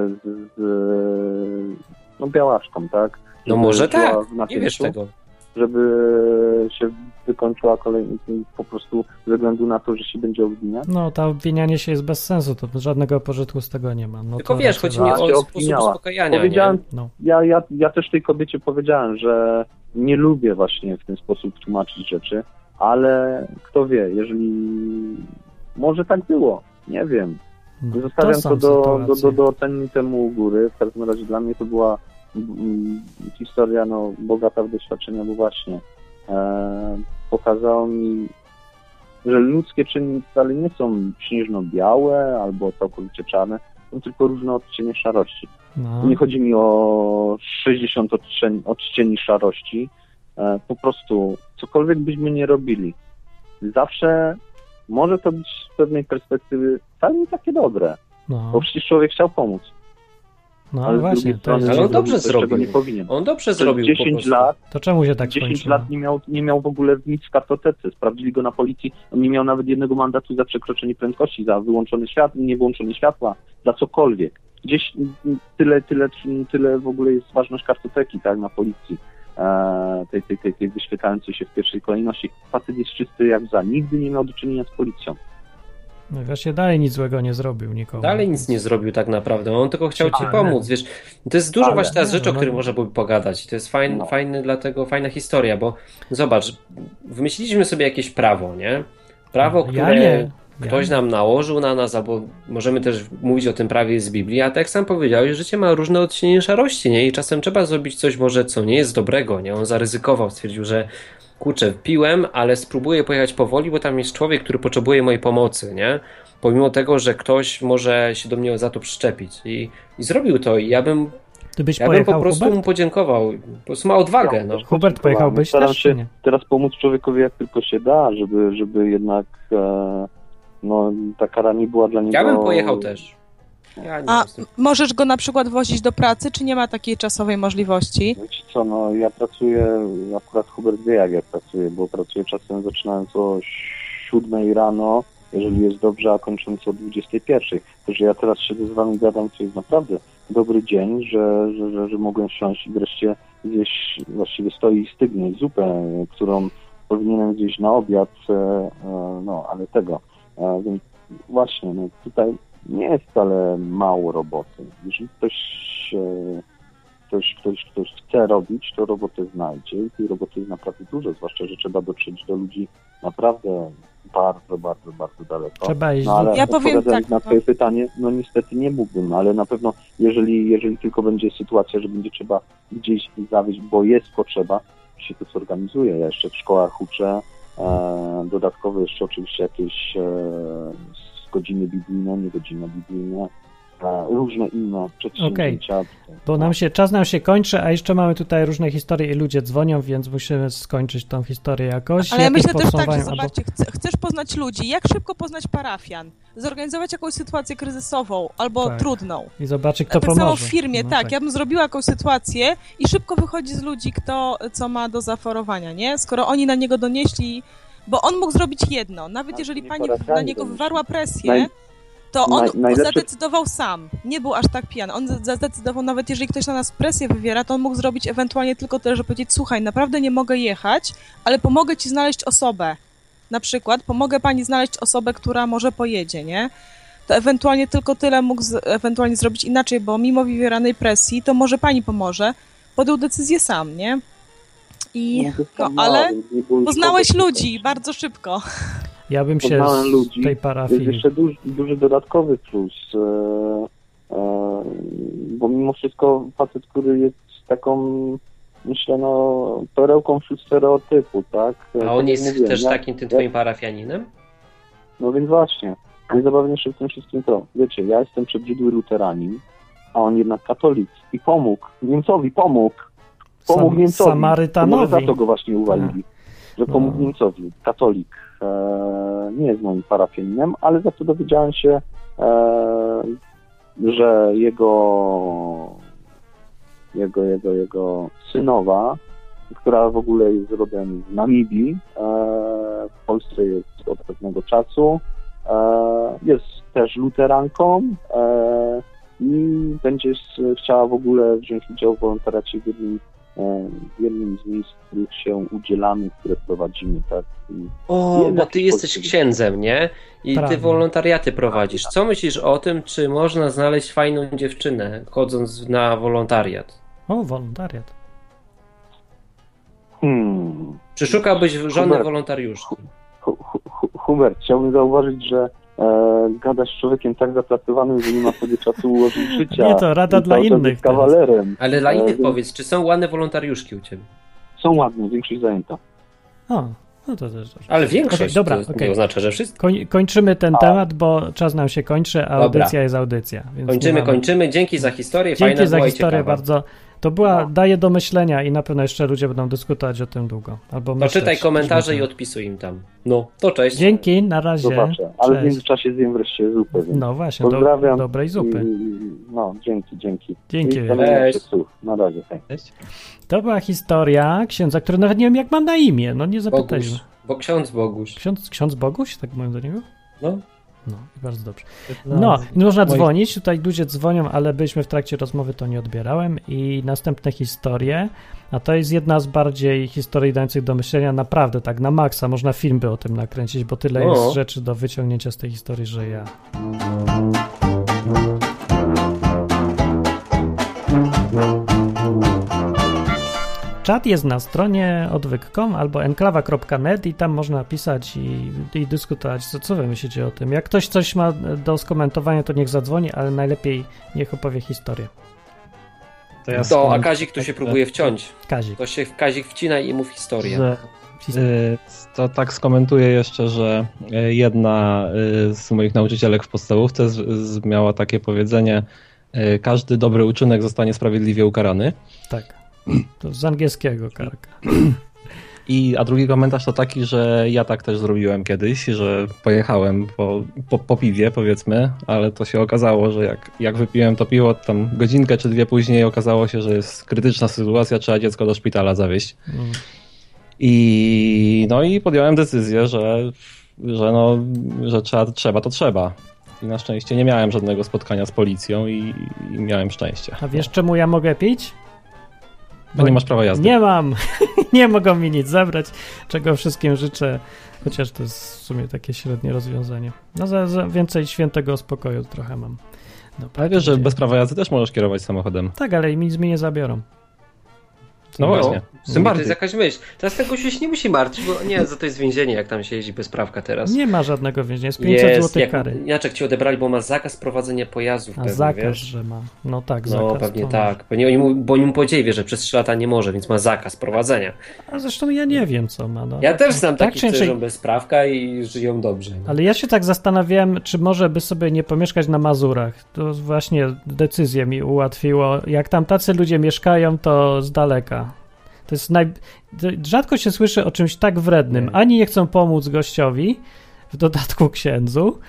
z białaczką, tak? No Żeby może żyła tak, w nie napięciu, wiesz tego. żeby się wykończyła po prostu ze względu na to, że się będzie obwiniać. No, to obwinianie się jest bez sensu, to żadnego pożytku z tego nie ma. No, Tylko to wiesz, raczej chodzi mi się o sposób obwiniała. uspokajania, Powiedziałem, nie? No. Ja też tej kobiecie powiedziałem, że nie lubię właśnie w ten sposób tłumaczyć rzeczy, ale kto wie, jeżeli może tak było, nie wiem. No, Zostawiam są to sytuacje. do oceny temu u góry. W każdym razie dla mnie to była historia bogata w doświadczenia, bo właśnie pokazało mi, że ludzkie czyny wcale nie są śnieżno-białe albo całkowicie czarne, są tylko różne odcienie szarości. No. Nie chodzi mi o 60 odcieni szarości. Po prostu cokolwiek byśmy nie robili, zawsze może to być z pewnej perspektywy wcale nie takie dobre, No. bo przecież człowiek chciał pomóc. No ale z właśnie, drugiej to strony jest Ale on zrobił dobrze coś, czego zrobił. nie powinien. On dobrze Przez zrobił po 10 prostu. lat, To czemu się tak 10 skończyło? lat nie miał w ogóle nic w kartotece. Sprawdzili go na policji. On nie miał nawet jednego mandatu za przekroczenie prędkości, za wyłączone światło, nie wyłączone światła, za cokolwiek. Gdzieś tyle w ogóle jest ważność kartoteki, tak, na policji. Tej wyświetlającej się w pierwszej kolejności. Facet jest czysty jak łza. Nigdy nie miał do czynienia z policją. No właśnie dalej nic złego nie zrobił nikomu. Dalej nic nie zrobił tak naprawdę, on tylko chciał ci Ale- pomóc, wiesz. To jest dużo Ale- właśnie teraz nie, rzeczy, o no, których no. można byłoby pogadać. To jest No. fajna historia, zobacz, wymyśliliśmy sobie jakieś prawo, nie? Prawo, Ja które nie. ktoś nam nałożył na nas, albo możemy też mówić o tym prawie z Biblii, a tak jak sam powiedziałeś, życie ma różne odcienie szarości, nie? I czasem trzeba zrobić coś może, co nie jest dobrego, nie? On zaryzykował, stwierdził, że kurczę, piłem, ale spróbuję pojechać powoli, bo tam jest człowiek, który potrzebuje mojej pomocy, nie? Pomimo tego, że ktoś może się do mnie za to przyczepić. I zrobił to i ja bym Ty byś po pojechał, prostu Hubert? mu podziękował. Po prostu ma odwagę, no. Hubert, pojechałbyś Staram też, czy się nie? teraz pomóc człowiekowi jak tylko się da, żeby jednak ta kara nie była dla niego... Ja bym pojechał też. Ja nie A mam z tym. możesz go na przykład wozić do pracy, czy nie ma takiej czasowej możliwości? Wiecie co, no ja pracuję, akurat Hubert wie jak ja pracuję, bo pracuję czasem zaczynając o 7 rano, jeżeli jest dobrze, a kończąc o 21. Także ja teraz siedzę z wami, gadam, co jest naprawdę dobry dzień, że mogłem wsiąść i wreszcie gdzieś właściwie stoi i stygnie zupę, którą powinienem zjeść na obiad, ale tego. Więc właśnie, no tutaj nie jest wcale mało roboty. Jeżeli ktoś chce robić, to robotę znajdzie i tej roboty jest naprawdę dużo, zwłaszcza, że trzeba dotrzeć do ludzi naprawdę bardzo, bardzo, bardzo daleko. Trzeba iść. No ale Ja powiem odpowiadając tak, na no. twoje pytanie, no niestety nie mógłbym, ale na pewno jeżeli tylko będzie sytuacja, że będzie trzeba gdzieś zawieźć, bo jest potrzeba, się to zorganizuje. Ja jeszcze w szkołach uczę, dodatkowo jeszcze oczywiście jakieś godziny biblijne, nie godziny biblijne, różne inne przedsięwzięcia. Bo czas nam się kończy, a jeszcze mamy tutaj różne historie i ludzie dzwonią, więc musimy skończyć tą historię jakoś. Ale ja Jakieś myślę też tak, że podsumowanie zobaczcie, chcesz poznać ludzi, jak szybko poznać parafian, zorganizować jakąś sytuację kryzysową albo Tak. trudną. i zobaczy, kto Tak pomoże. samo w firmie, No tak, ja bym zrobiła jakąś sytuację i szybko wychodzi z ludzi, kto co ma do zaoferowania, nie? Skoro oni na niego donieśli, bo on mógł zrobić jedno, nawet Ale jeżeli nie pani parafianie na niego donieśli. wywarła presję, to on najlepsze- zadecydował sam. Nie był aż tak pijany. On zadecydował, nawet jeżeli ktoś na nas presję wywiera, to on mógł zrobić ewentualnie tylko tyle, że powiedzieć, słuchaj, naprawdę nie mogę jechać, ale pomogę ci znaleźć osobę. Na przykład, pomogę pani znaleźć osobę, która może pojedzie, nie? To ewentualnie tylko tyle mógł ewentualnie zrobić inaczej, bo mimo wywieranej presji, to może pani pomoże. Podjął decyzję sam, nie? Ale poznałeś ludzi bardzo szybko. Ja bym się Poznałem ludzi. z tej Jest parafii... jeszcze duży dodatkowy plus, bo mimo wszystko facet, który jest taką, myślę, perełką wśród stereotypu, tak? A Tak on jak jest mówiłem, też ja- takim tym twoim parafianinem? No więc właśnie, najzabawniejsze w tym wszystkim to, wiecie, ja jestem przebrzydły luteranin, a on jednak katolik i pomógł Niemcowi. Samarytanowi. To może za to go właśnie uwalili, że pomógł No. Niemcowi, katolik. Nie jest moim parafianinem, ale za to dowiedziałem się, że jego synowa, która w ogóle jest rodem z Namibii, w Polsce jest od pewnego czasu, jest też luteranką i będzie chciała w ogóle wziąć udział w wolontariacie w jednym z miejsc, w których się udzielamy, które prowadzimy, tak? O, Nie, bo na ty jesteś Polsce. księdzem, nie? I Prawie. ty wolontariaty prowadzisz. Co myślisz o tym, czy można znaleźć fajną dziewczynę, chodząc na wolontariat? O, wolontariat. Czy szukałbyś żony Hubert. wolontariuszki? Hubert, chciałbym zauważyć, że gadasz z człowiekiem tak zapracowanym, że nie ma sobie czasu ułożyć życia. Nie, to rada I dla cały czas innych jest kawalerem. Ale dla innych więc powiedz, czy są ładne wolontariuszki u ciebie? Są ładne, większość zajęta. O, no to też dobrze. Ale większość Okej, dobra, to okej. nie oznacza, że wszystko. Kończymy ten temat, bo czas nam się kończy, a Dobra. audycja jest audycja. Więc nie mamy- Kończymy. Dzięki za historię. Dzięki Fajna za była i historię ciekawa. bardzo. To daje do myślenia i na pewno jeszcze ludzie będą dyskutować o tym długo. Albo To myśleć, czytaj komentarze że- i odpisuj im tam. No, to cześć. Dzięki, na razie. Zobaczę, ale w Cześć. międzyczasie zjem wreszcie zupę. Więc No właśnie, pozdrawiam. dobrej zupy. No, dzięki. Dzięki. I do następnych Cześć. słów. Na razie, hej. Cześć. To była historia księdza, który nawet nie wiem jak mam na imię, no nie zapytaliśmy. Boguś. Bo ksiądz Boguś. Ksiądz Boguś, tak mówią do niego? No. No, i bardzo dobrze. No, i można dzwonić, tutaj ludzie dzwonią, ale byliśmy w trakcie rozmowy, to nie odbierałem. I następne historie, a to jest jedna z bardziej historii dających do myślenia, naprawdę tak, na maksa, można film by o tym nakręcić, bo tyle No. jest rzeczy do wyciągnięcia z tej historii, że ja... Czat jest na stronie odwyk.com albo enklawa.net i tam można pisać i dyskutować. Co wy myślicie o tym? Jak ktoś coś ma do skomentowania, to niech zadzwoni, ale najlepiej niech opowie historię. To ja A Kazik tu się próbuje wciąć. Kazik. To się Kazik wcina i mów historię. Że, to tak skomentuję jeszcze, że jedna z moich nauczycielek w podstawówce miała takie powiedzenie: każdy dobry uczynek zostanie sprawiedliwie ukarany. Tak. To z angielskiego, Karka. A drugi komentarz to taki, że ja tak też zrobiłem kiedyś, że pojechałem po piwie, powiedzmy, ale to się okazało, że jak wypiłem to piwo, tam godzinkę czy dwie później okazało się, że jest krytyczna sytuacja, trzeba dziecko do szpitala zawieźć. I podjąłem decyzję, że trzeba, to trzeba. I na szczęście nie miałem żadnego spotkania z policją i miałem szczęście. A wiesz, czemu ja mogę pić? Bo nie masz prawa jazdy. Nie mam. Nie mogą mi nic zabrać, czego wszystkim życzę. Chociaż to jest w sumie takie średnie rozwiązanie. No za więcej świętego spokoju trochę mam. Dobra, Ale wiesz, że bez prawa jazdy też możesz kierować samochodem. Tak, ale nic mi nie zabiorą. No właśnie. To Tym jest bardziej. jakaś myśl. Teraz tego się nie musi martwić, bo nie, za to jest więzienie, jak tam się jeździ bez prawka teraz. Nie ma żadnego więzienia, jest 500 zł kary. Jaczek ci odebrali, bo ma zakaz prowadzenia pojazdów. A pewnie, zakaz, wiesz? że ma. No tak, No zakaz. pewnie to tak. Bo oni mu powiedzieli, że przez 3 lata nie może, więc ma zakaz prowadzenia. A zresztą ja nie wiem, co ma. No. Ja też znam Tak takich, czy którzy inaczej- żyją bez prawka i żyją dobrze. No. Ale ja się tak zastanawiałem, czy może by sobie nie pomieszkać na Mazurach. To właśnie decyzję mi ułatwiło. Jak tam tacy ludzie mieszkają, to z daleka. To jest rzadko się słyszy o czymś tak wrednym. Nie. Ani nie chcą pomóc gościowi, w dodatku księdzu.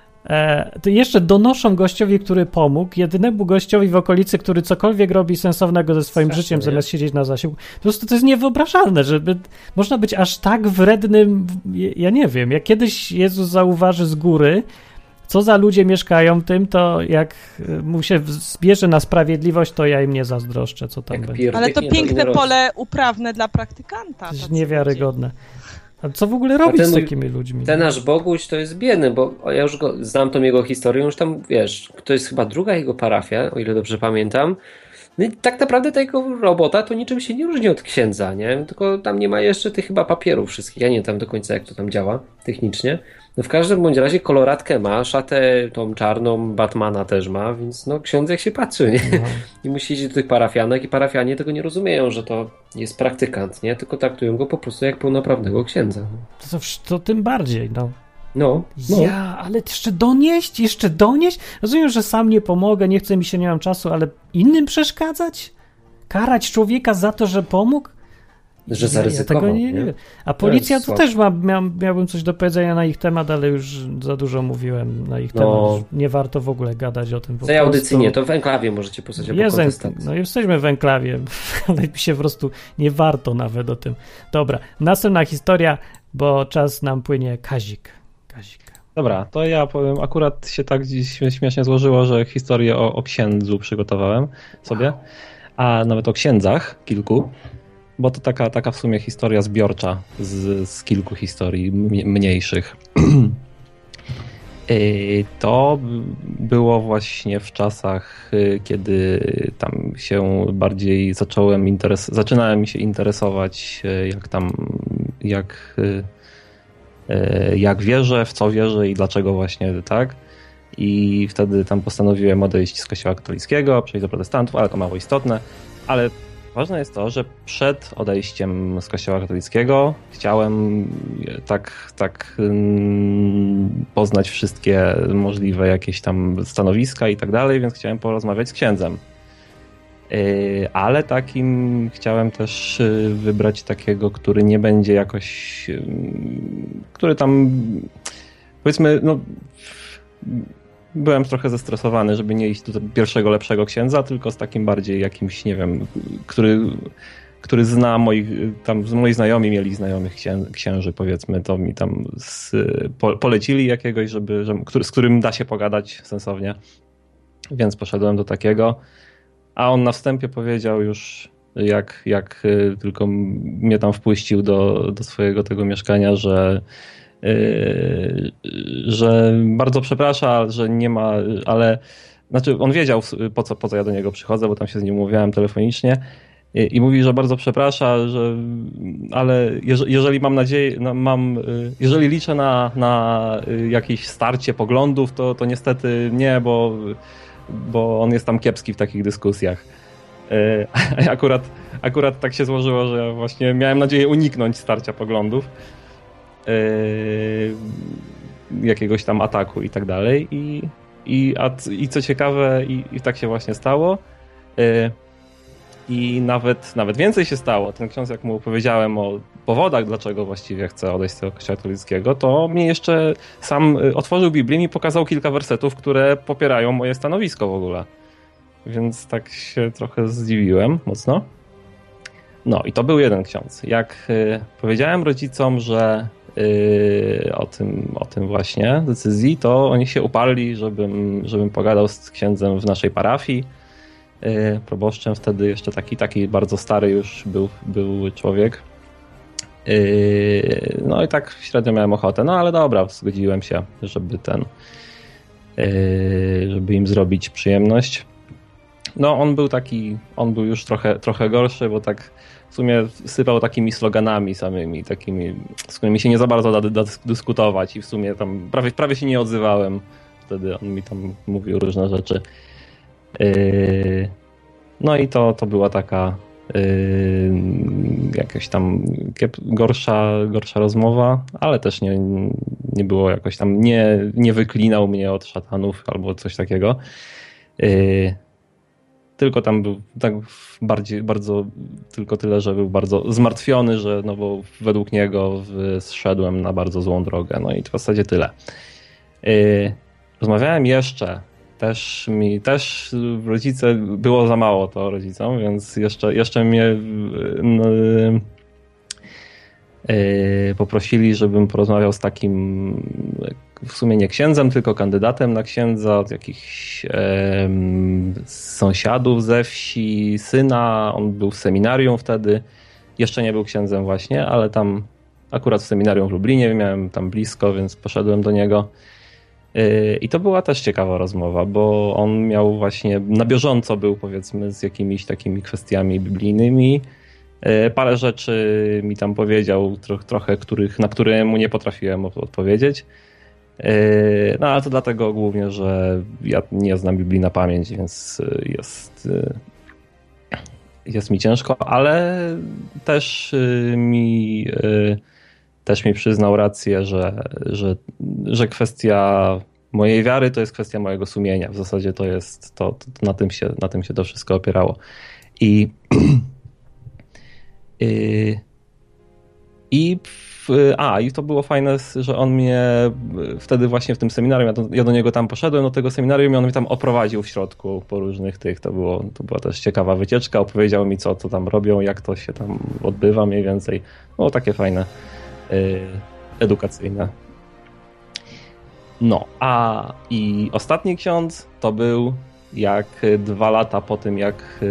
To jeszcze donoszą gościowi, który pomógł, jedynemu gościowi w okolicy, który cokolwiek robi sensownego ze swoim Straszne, życiem, nie? zamiast siedzieć na zasiłku. Po prostu to jest niewyobrażalne, żeby można być aż tak wrednym. Ja nie wiem, jak kiedyś Jezus zauważy z góry, co za ludzie mieszkają tym, to jak mu się zbierze na sprawiedliwość, to ja im nie zazdroszczę, co tam Jak będzie. pierdyknie, Ale to piękne inny pole uprawne dla praktykanta. To jest tacy niewiarygodne. A co w ogóle robić ten z mój- takimi ludźmi? Ten nasz Boguś to jest biedny, bo ja już go znam tą jego historię, już tam, wiesz, to jest chyba druga jego parafia, o ile dobrze pamiętam. No i tak naprawdę ta jego robota to niczym się nie różni od księdza, nie? Tylko tam nie ma jeszcze tych chyba papierów wszystkich. Ja nie wiem tam do końca, jak to tam działa technicznie. No w każdym bądź razie koloratkę ma, szatę tą czarną, Batmana też ma, więc no ksiądz jak się patrzy, nie? No. I musi iść do tych parafianek i parafianie tego nie rozumieją, że to jest praktykant, nie? Tylko traktują go po prostu jak pełnoprawnego księdza. To tym bardziej, no. No. Ja, ale jeszcze donieść? Rozumiem, że sam nie pomogę, nie chce mi się, nie mam czasu, ale innym przeszkadzać? Karać człowieka za to, że pomógł? Że zaryzykował, tego nie nie? wiem. A policja jest to słabe. też miałbym coś do powiedzenia na ich temat, ale już za dużo mówiłem na ich No. temat. Nie warto w ogóle gadać o tym. Po Tej audycji prostu. nie, to w enklawie możecie posłuchać o Jest kontestacji. no jesteśmy w enklawie, ale mi się po prostu nie warto nawet o tym. Dobra, następna historia, bo czas nam płynie. Kazik. Dobra, to ja powiem, akurat się tak dziś śmiesznie złożyło, że historię o księdzu przygotowałem sobie, a nawet o księdzach kilku, bo to taka w sumie historia zbiorcza z kilku historii mniejszych. To było właśnie w czasach, kiedy tam się bardziej zaczynałem się interesować, jak wierzę, w co wierzę i dlaczego właśnie tak. I wtedy tam postanowiłem odejść z kościoła katolickiego, przejść do protestantów, ale to mało istotne. Ale ważne jest to, że przed odejściem z kościoła katolickiego chciałem tak poznać wszystkie możliwe jakieś tam stanowiska i tak dalej, więc chciałem porozmawiać z księdzem. Ale takim chciałem też wybrać takiego, który nie będzie jakoś, który tam, powiedzmy, no byłem trochę zestresowany, żeby nie iść do pierwszego lepszego księdza, tylko z takim bardziej jakimś, nie wiem, który zna moi znajomi mieli znajomych księży, powiedzmy, to mi tam polecili jakiegoś, z którym da się pogadać sensownie, więc poszedłem do takiego, a on na wstępie powiedział już, jak tylko mnie tam wpuścił do swojego tego mieszkania, że bardzo przeprasza, że nie ma, ale znaczy on wiedział po co ja do niego przychodzę, bo tam się z nim umawiałem telefonicznie i mówi, że bardzo przeprasza, ale jeżeli mam nadzieję, jeżeli liczę na jakieś starcie poglądów, to niestety nie, bo on jest tam kiepski w takich dyskusjach. Akurat tak się złożyło, że ja właśnie miałem nadzieję uniknąć starcia poglądów, jakiegoś tam ataku i tak dalej. I co ciekawe, i tak się właśnie stało. I nawet więcej się stało. Ten ksiądz, jak mu opowiedziałem o powodach, dlaczego właściwie chce odejść z tego kościoła katolickiego, to mnie jeszcze sam otworzył Biblię i mi pokazał kilka wersetów, które popierają moje stanowisko w ogóle. Więc tak się trochę zdziwiłem mocno. No i to był jeden ksiądz. Jak powiedziałem rodzicom, że o tym właśnie decyzji, to oni się uparli, żebym pogadał z księdzem w naszej parafii. Proboszczem wtedy jeszcze taki bardzo stary już był człowiek. No i tak średnio miałem ochotę, no ale dobra, zgodziłem się, żeby im zrobić przyjemność. No on był już trochę gorszy, bo tak w sumie sypał takimi sloganami samymi, takimi, z którymi się nie za bardzo da dyskutować i w sumie tam prawie się nie odzywałem. Wtedy on mi tam mówił różne rzeczy. No i to była taka jakaś tam gorsza rozmowa, ale też nie było jakoś tam, nie wyklinał mnie od szatanów albo coś takiego. Tylko tam był tak bardzo tylko tyle, że był bardzo zmartwiony, że no bo według niego zszedłem na bardzo złą drogę. No i w zasadzie tyle. Rozmawiałem jeszcze. Też rodzice, było za mało to rodzicom, więc jeszcze mnie poprosili, żebym porozmawiał z takim w sumie nie księdzem, tylko kandydatem na księdza od jakichś sąsiadów ze wsi, syna. On był w seminarium wtedy. Jeszcze nie był księdzem właśnie, ale tam akurat w seminarium w Lublinie, miałem tam blisko, więc poszedłem do niego. I to była też ciekawa rozmowa, bo on miał właśnie, na bieżąco był powiedzmy z jakimiś takimi kwestiami biblijnymi. Parę rzeczy mi tam powiedział, trochę na które mu nie potrafiłem odpowiedzieć. No ale to dlatego głównie, że ja nie znam Biblii na pamięć, więc jest mi ciężko, ale też mi przyznał rację, że kwestia mojej wiary to jest kwestia mojego sumienia. W zasadzie to jest to na tym się to wszystko opierało. I to było fajne, że on mnie wtedy właśnie w tym seminarium, ja do niego tam poszedłem, do tego seminarium i on mnie tam oprowadził w środku po różnych to była też ciekawa wycieczka, opowiedział mi co tam robią, jak to się tam odbywa mniej więcej. Było takie fajne, edukacyjne. No, i ostatni ksiądz to był 2 lata po tym, jak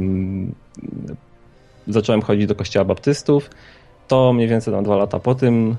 zacząłem chodzić do kościoła baptystów, to mniej więcej tam 2 lata po tym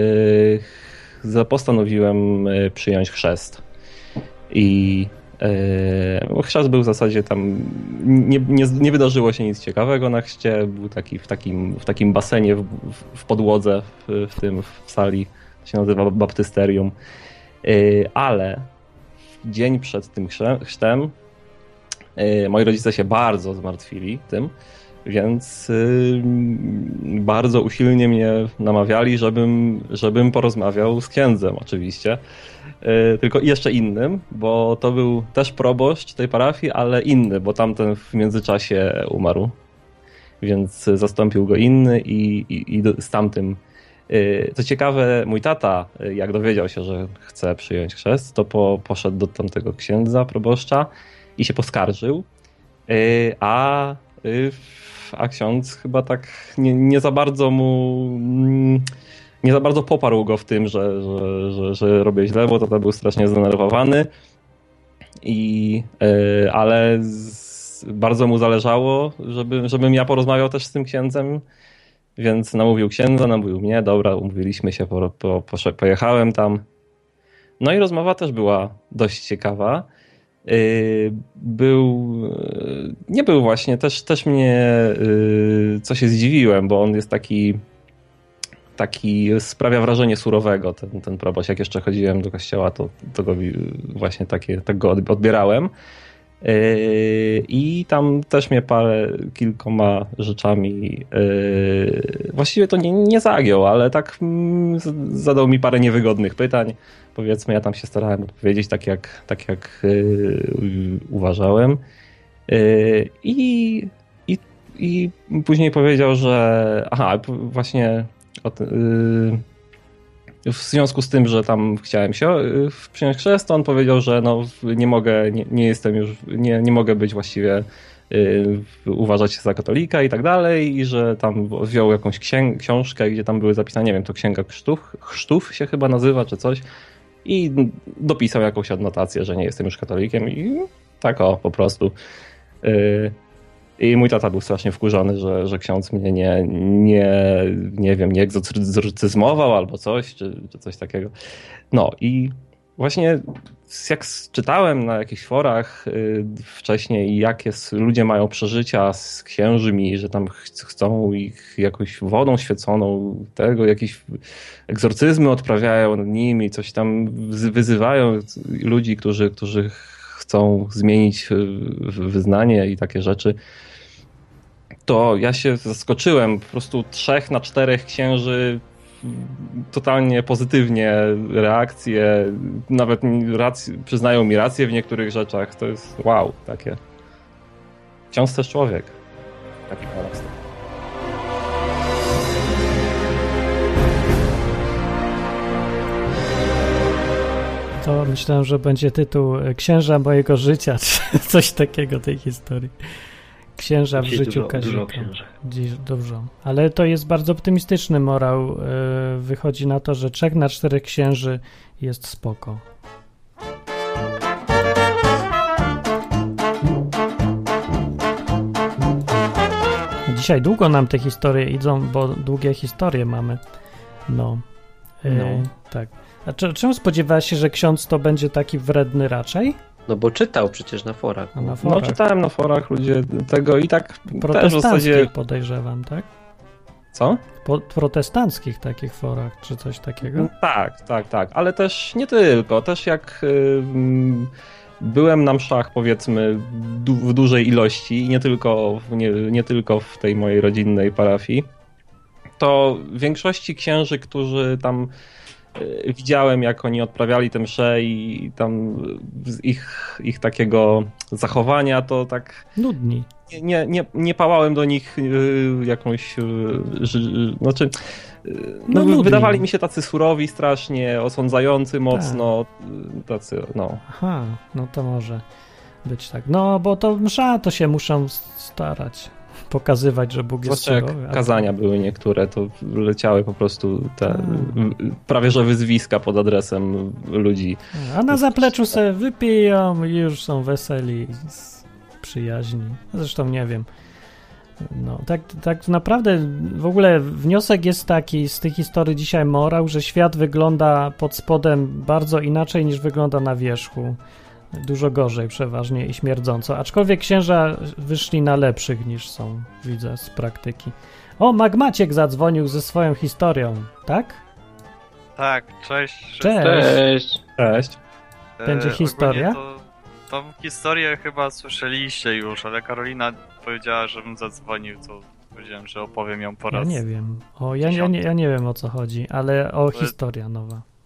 postanowiłem przyjąć chrzest. I chrzest był w zasadzie tam, nie wydarzyło się nic ciekawego na chrzcie, był taki w takim basenie w podłodze w sali, to się nazywa baptysterium. Ale dzień przed tym chrztem moi rodzice się bardzo zmartwili tym, więc bardzo usilnie mnie namawiali, żebym porozmawiał z księdzem oczywiście. tylko jeszcze innym, bo to był też proboszcz tej parafii, ale inny, bo tamten w międzyczasie umarł. Więc zastąpił go inny i z tamtym. Co ciekawe, mój tata, jak dowiedział się, że chce przyjąć chrzest, to poszedł do tamtego księdza, proboszcza i się poskarżył, a ksiądz chyba tak nie za bardzo nie za bardzo poparł go w tym, że robię źle, bo tata był strasznie zdenerwowany, ale bardzo mu zależało, żebym ja porozmawiał też z tym księdzem, więc namówił księdza, namówił mnie, dobra, umówiliśmy się, pojechałem tam. No i rozmowa też była dość ciekawa. Nie był właśnie, też mnie, co się zdziwiłem, bo on jest taki sprawia wrażenie surowego, ten proboszcz. Jak jeszcze chodziłem do kościoła, to go właśnie tak go odbierałem. I tam też mnie kilkoma rzeczami właściwie to nie zagiął, ale tak zadał mi parę niewygodnych pytań. Powiedzmy, ja tam się starałem odpowiedzieć tak jak uważałem. I później powiedział, że właśnie w związku z tym, że tam chciałem się przyjąć chrzest, to on powiedział, że no nie mogę, nie jestem już, nie mogę być właściwie uważać się za katolika i tak dalej, i że tam wziął jakąś książkę, gdzie tam były zapisane, nie wiem, to Księga Chrztów się chyba nazywa, czy coś, i dopisał jakąś adnotację, że nie jestem już katolikiem i tak po prostu. I mój tata był strasznie wkurzony, że ksiądz mnie nie wiem, nie egzorcyzmował albo coś, czy coś takiego. No i właśnie jak czytałem na jakichś forach wcześniej, jakie ludzie mają przeżycia z księżmi, że tam chcą ich jakąś wodą święconą, jakieś egzorcyzmy odprawiają nad nimi, coś tam wyzywają ludzi, którzy chcą zmienić wyznanie i takie rzeczy, to ja się zaskoczyłem. Po prostu 3 na 4 księży totalnie pozytywnie reakcje, nawet przyznają mi rację w niektórych rzeczach. To jest wow, takie. Ksiądz też człowiek. Taki paradoks. To myślałem, że będzie tytuł Księża mojego życia, czy coś takiego tej historii. Księża w życiu Kazika. Dziś dużo. Ale to jest bardzo optymistyczny morał. Wychodzi na to, że 3 na 4 księży jest spoko. Dzisiaj długo nam te historie idą, bo długie historie mamy. No. Tak. A czemu spodziewałeś się, że ksiądz to będzie taki wredny raczej? No bo czytał przecież na forach. No czytałem na forach, ludzie tego i tak też w zasadzie podejrzewam, tak? Co? Protestanckich takich forach, czy coś takiego? Tak, ale też nie tylko. Też jak byłem na mszach, powiedzmy, w dużej ilości i nie tylko w tej mojej rodzinnej parafii, to w większości księży, którzy tam widziałem, jak oni odprawiali te msze i tam z ich takiego zachowania, to tak nudni. Nie pałałem do nich jakąś znaczy wydawali mi się tacy surowi strasznie, osądzający mocno, tacy, no. Aha, no to może być tak. No, bo to msza to się muszą starać pokazywać, że Bóg jest surowy. Jak kazania były niektóre, to leciały po prostu te prawie że wyzwiska pod adresem ludzi. A na zapleczu se wypiją i już są weseli, przyjaźni. Zresztą nie wiem. No, tak naprawdę w ogóle wniosek jest taki z tych historii dzisiaj morał, że świat wygląda pod spodem bardzo inaczej niż wygląda na wierzchu. Dużo gorzej przeważnie i śmierdząco. Aczkolwiek księża wyszli na lepszych niż są, widzę z praktyki. O, Magmaciek zadzwonił ze swoją historią, tak? Tak, cześć. Cześć. Będzie historia? Tą historię chyba słyszeliście już, ale Karolina powiedziała, żebym zadzwonił, to powiedziałem, że opowiem ją po raz. Ja nie wiem. Ja nie wiem, o co chodzi, ale historia nowa.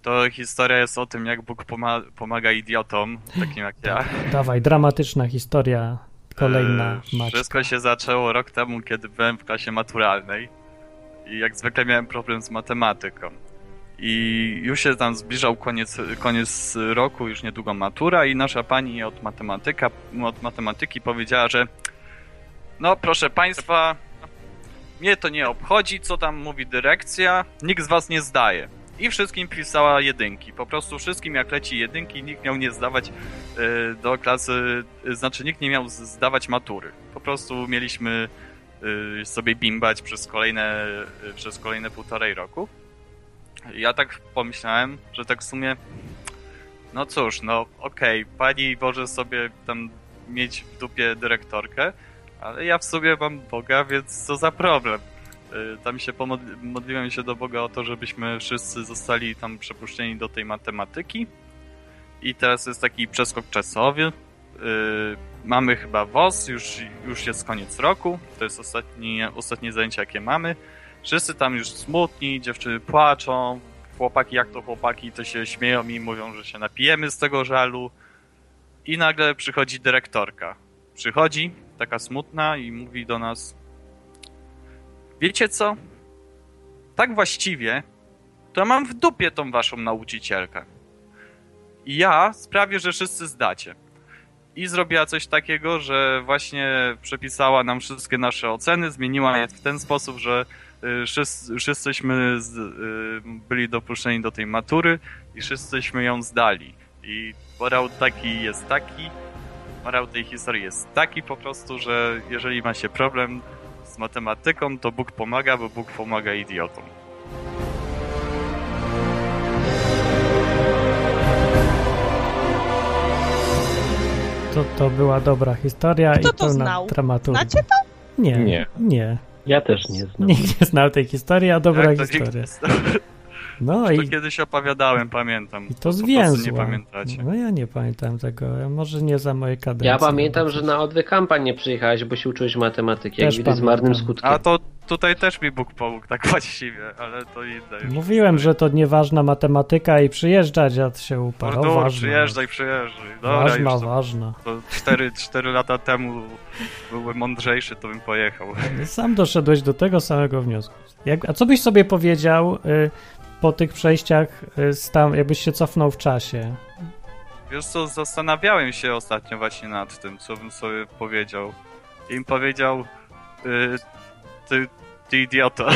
To historia jest o tym, jak Bóg pomaga idiotom, takim jak ja. Dawaj, dramatyczna historia, kolejna Maćka. Wszystko się zaczęło rok temu, kiedy byłem w klasie maturalnej i jak zwykle miałem problem z matematyką. I już się tam zbliżał koniec roku, już niedługo matura i nasza pani od matematyki powiedziała, że no proszę państwa, mnie to nie obchodzi, co tam mówi dyrekcja, nikt z was nie zdaje. I wszystkim pisała jedynki. Po prostu wszystkim jak leci jedynki, nikt miał nie zdawać do klasy, znaczy nikt nie miał zdawać matury. Po prostu mieliśmy sobie bimbać przez kolejne 1,5 roku. Ja tak pomyślałem, że tak w sumie, no cóż, no okej, pani może sobie tam mieć w dupie dyrektorkę, ale ja w sobie mam Boga, więc co za problem. Tam się modliłem się do Boga o to, żebyśmy wszyscy zostali tam przepuszczeni do tej matematyki. I teraz jest taki przeskok czasowy. Mamy chyba WOS, już jest koniec roku. To jest ostatnie zajęcie, jakie mamy. Wszyscy tam już smutni, dziewczyny płaczą. Chłopaki, jak to chłopaki, to się śmieją i mówią, że się napijemy z tego żalu. I nagle przychodzi dyrektorka. Przychodzi, taka smutna i mówi do nas: wiecie co? Tak właściwie to mam w dupie tą waszą nauczycielkę. I ja sprawię, że wszyscy zdacie. I zrobiła coś takiego, że właśnie przepisała nam wszystkie nasze oceny, zmieniła je w ten sposób, że wszyscyśmy byli dopuszczeni do tej matury i wszyscyśmy ją zdali. I morał tej historii jest taki po prostu, że jeżeli ma się problem z matematyką, to Bóg pomaga, bo Bóg pomaga idiotom. To była dobra historia. Kto i to pełna znał? dramaturgii. Znacie to? Nie. Ja też nie znam. Nikt nie znał tej historii, a dobra Jak to historia. nikt No to i kiedyś opowiadałem, pamiętam. to po prostu zwięzło. nie pamiętacie. No ja nie pamiętam tego. Może nie za mojej kadencji. Ja pamiętam, no, że na Odwy Kampa nie przyjechałeś, bo się uczyłeś matematyki, jak Też widać z marnym pamiętam. skutkiem. A to tutaj też mi Bóg pomógł, tak właściwie, ale to inne już. Mówiłem, że to nieważna matematyka i przyjeżdżać, a się uparł. Mordo, Ważna. przyjeżdżaj. Dobra, Ważna, już to, ważna. to 4 lata temu byłem mądrzejszy, to bym pojechał. Sam doszedłeś do tego samego wniosku. A co byś sobie powiedział po tych przejściach, jakbyś się cofnął w czasie? Wiesz co, zastanawiałem się ostatnio właśnie nad tym, co bym sobie powiedział. Im powiedział, ty idioto,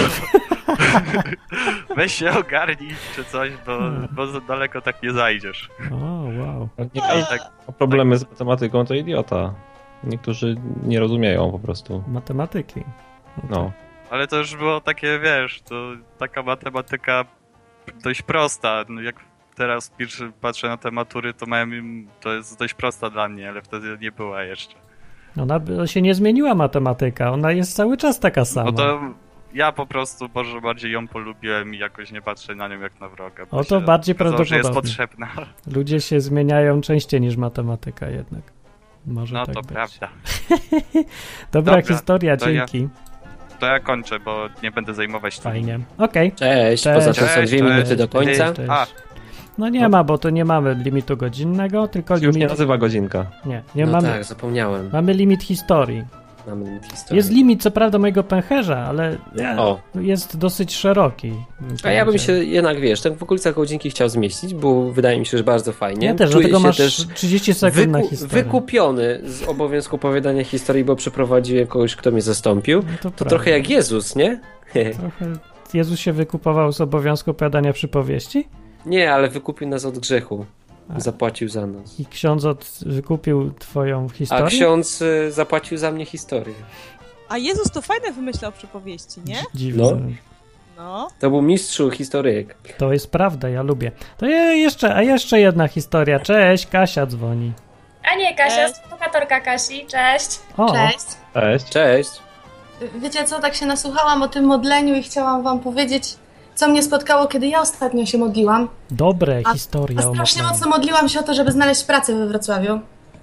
weź się ogarnij czy coś, bo za daleko tak nie zajdziesz. O, wow. Nie każdy Tak, ma problemy z matematyką, to idiota. Niektórzy nie rozumieją po prostu. Matematyki. No. ale to już było takie, wiesz, to taka matematyka dość prosta. No jak teraz patrzę na te matury, to jest dość prosta dla mnie, ale wtedy nie była jeszcze. Ona się nie zmieniła matematyka, ona jest cały czas taka sama. No to ja po prostu może bardziej ją polubiłem i jakoś nie patrzę na nią jak na wroga. O to bardziej okazało, że jest prawdopodobne. potrzebna. Ludzie się zmieniają częściej niż matematyka jednak. Może No tak to być. prawda. Dobra historia, to dzięki. To ja kończę, bo nie będę zajmować tu. Fajnie. Okej. Cześć, Cześć. poza tym są 2 Cześć, minuty do końca. Cześć. A. No nie ma, bo to nie mamy limitu godzinnego, tylko Już nie limit... nazywa godzinka. Nie No mamy. tak, zapomniałem. Mamy limit historii. Mamy limit historii. Jest limit, co prawda, mojego pęcherza, ale O. jest dosyć szeroki. A ja bym się jednak, wiesz, tak w okolicach godzinki chciał zmieścić, bo wydaje mi się, że bardzo fajnie. Ja też, Czuję dlatego się masz też 30 sekund na historię. wykupiony z obowiązku opowiadania historii, bo przeprowadziłem kogoś, kto mnie zastąpił. No To prawda. trochę jak Jezus, nie? Trochę Jezus się wykupował z obowiązku opowiadania przypowieści? Nie, ale wykupił nas od grzechu. A. Zapłacił za nas. I ksiądz wykupił twoją historię? A ksiądz zapłacił za mnie historię. A Jezus to fajne wymyślał przypowieści, nie? Dziwne. No. No. To był mistrzu historyjek. To jest prawda, ja lubię. To jeszcze jedna historia. Cześć, Kasia dzwoni. A nie, Kasia, Cześć. prowokatorka Kasi, cześć. O. Cześć. Cześć. Cześć. Wiecie co, tak się nasłuchałam o tym modleniu i chciałam wam powiedzieć, co mnie spotkało, kiedy ja ostatnio się modliłam. Dobre historia o Strasznie modleniu. mocno modliłam się o to, żeby znaleźć pracę we Wrocławiu.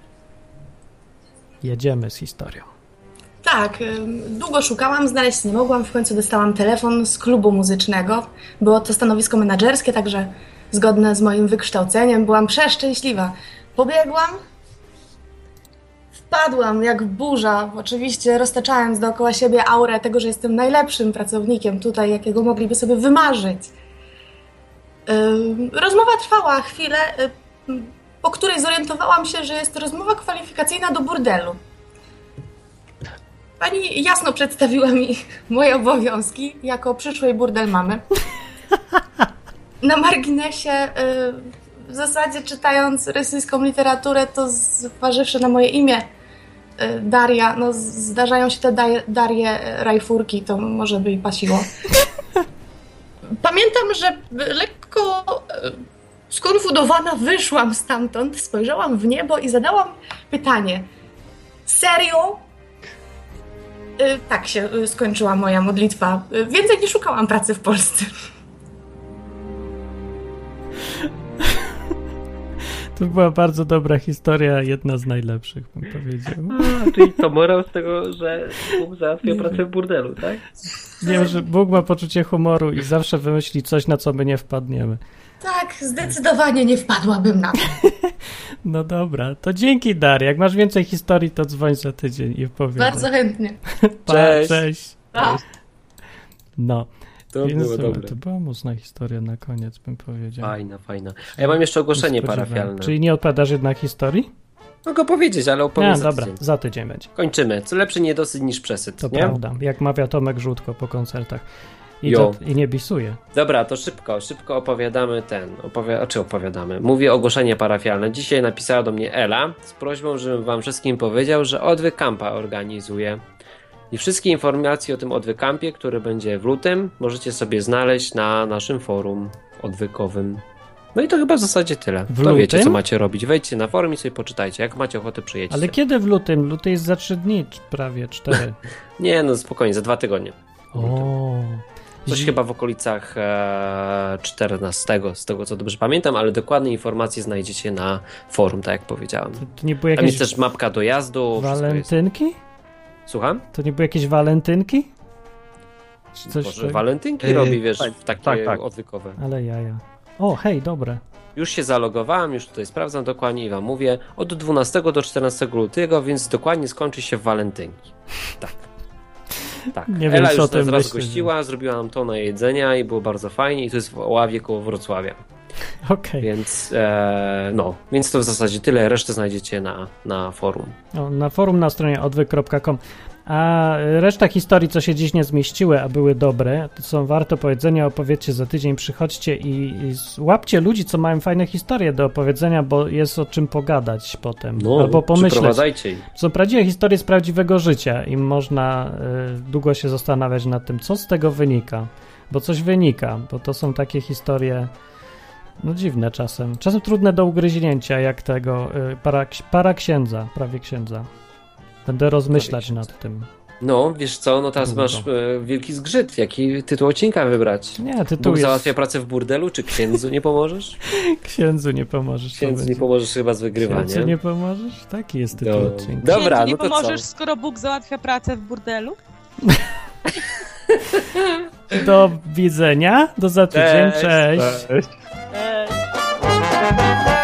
Jedziemy z historią. Tak, długo szukałam, znaleźć nie mogłam, w końcu dostałam telefon z klubu muzycznego. Było to stanowisko menadżerskie, także zgodne z moim wykształceniem. Byłam przeszczęśliwa. Pobiegłam, wpadłam jak burza, oczywiście roztaczając dookoła siebie aurę tego, że jestem najlepszym pracownikiem tutaj, jakiego mogliby sobie wymarzyć. Rozmowa trwała chwilę, po której zorientowałam się, że jest to rozmowa kwalifikacyjna do burdelu. Pani jasno przedstawiła mi moje obowiązki jako przyszłej burdel mamy. Na marginesie, w zasadzie czytając rosyjską literaturę, to zważywszy na moje imię, Daria, no zdarzają się te Darie Rajfurki, to może by i pasiło. Pamiętam, że lekko skonfudowana wyszłam stamtąd, spojrzałam w niebo i zadałam pytanie. Serio? Tak się skończyła moja modlitwa. Więcej nie szukałam pracy w Polsce. To była bardzo dobra historia, jedna z najlepszych, bym powiedział. Czyli to morał z tego, że Bóg załatwia pracę w burdelu, tak? Wiem, że Bóg ma poczucie humoru i zawsze wymyśli coś, na co my nie wpadniemy. Tak, zdecydowanie nie wpadłabym na to. No dobra, to dzięki, Daria. Jak masz więcej historii, to dzwoń za tydzień i opowiadaj. Bardzo chętnie. Cześć. Cześć. Pa. No. To Więc było dobre. to była mocna historia na koniec, bym powiedział. Fajna. A ja mam jeszcze ogłoszenie Spodziewałem. parafialne. Czyli nie odpowiadasz jednak historii? Mogę powiedzieć, ale opowiem Nie, za dobra, tydzień. za tydzień będzie. Kończymy. Co lepszy niedosyt niż przesyt, To nie? prawda, jak mawia Tomek Żółtko po koncertach. Jo. I nie bisuje. Dobra, to szybko opowiadamy opowiadamy. Mówię ogłoszenie parafialne. Dzisiaj napisała do mnie Ela z prośbą, żebym wam wszystkim powiedział, że Odwyk Campa organizuje. I wszystkie informacje o tym Odwykampie, który będzie w lutym, możecie sobie znaleźć na naszym forum odwykowym. No i to chyba w zasadzie tyle. W To lutym? wiecie, co macie robić. Wejdźcie na forum i sobie poczytajcie. Jak macie ochotę, przyjedźcie. Ale kiedy w lutym? Luty jest za 3 dni, prawie 4. Nie, no spokojnie, za 2 tygodnie. O. Coś chyba w okolicach 14, z tego co dobrze pamiętam, ale dokładne informacje znajdziecie na forum, tak jak powiedziałem. To nie były Tam jest jakieś też mapka dojazdu. walentynki? Słucham? To nie były jakieś walentynki? Czy coś Może tak? walentynki robi, wiesz, tak, w takie tak. odwykowe. Ale jaja. O, hej, dobre. Już się zalogowałem, już tutaj sprawdzam dokładnie i wam mówię. Od 12 do 14 lutego, więc dokładnie skończy się w walentynki. Tak. Tak. Nie wiem, Ela co już o tym nas raz myślisz. gościła, zrobiła nam to na jedzenia i było bardzo fajnie i to jest w Oławie koło Wrocławia. Okej. Więc więc to w zasadzie tyle. Resztę znajdziecie na forum. O, na forum na stronie odwyk.com. A reszta historii, co się dziś nie zmieściły, a były dobre, to są warte powiedzenia, opowiedzcie za tydzień, przychodźcie i łapcie ludzi, co mają fajne historie do opowiedzenia, bo jest o czym pogadać potem. Albo pomyśleć. Przyprowadzajcie ich. Są prawdziwe historie z prawdziwego życia i można długo się zastanawiać nad tym, co z tego wynika. Bo coś wynika, bo to są takie historie no dziwne czasem. Czasem trudne do ugryźnięcia, jak tego para księdza, prawie księdza. Będę rozmyślać nad tym. No, wiesz co, no teraz Długo. masz wielki zgrzyt. Jaki tytuł odcinka wybrać? Nie, tytuł Bóg jest... załatwia pracę w burdelu, czy księdzu nie pomożesz? Księdzu nie pomożesz. to Księdzu nie będzie. pomożesz chyba z wygrywaniem. Księdzu nie pomożesz? Taki jest tytuł No. odcinka. Dobra, Księdzu, nie no to pomożesz, co? skoro Bóg załatwia pracę w burdelu? Do widzenia, do za tydzień, Cześć. cześć. Cześć.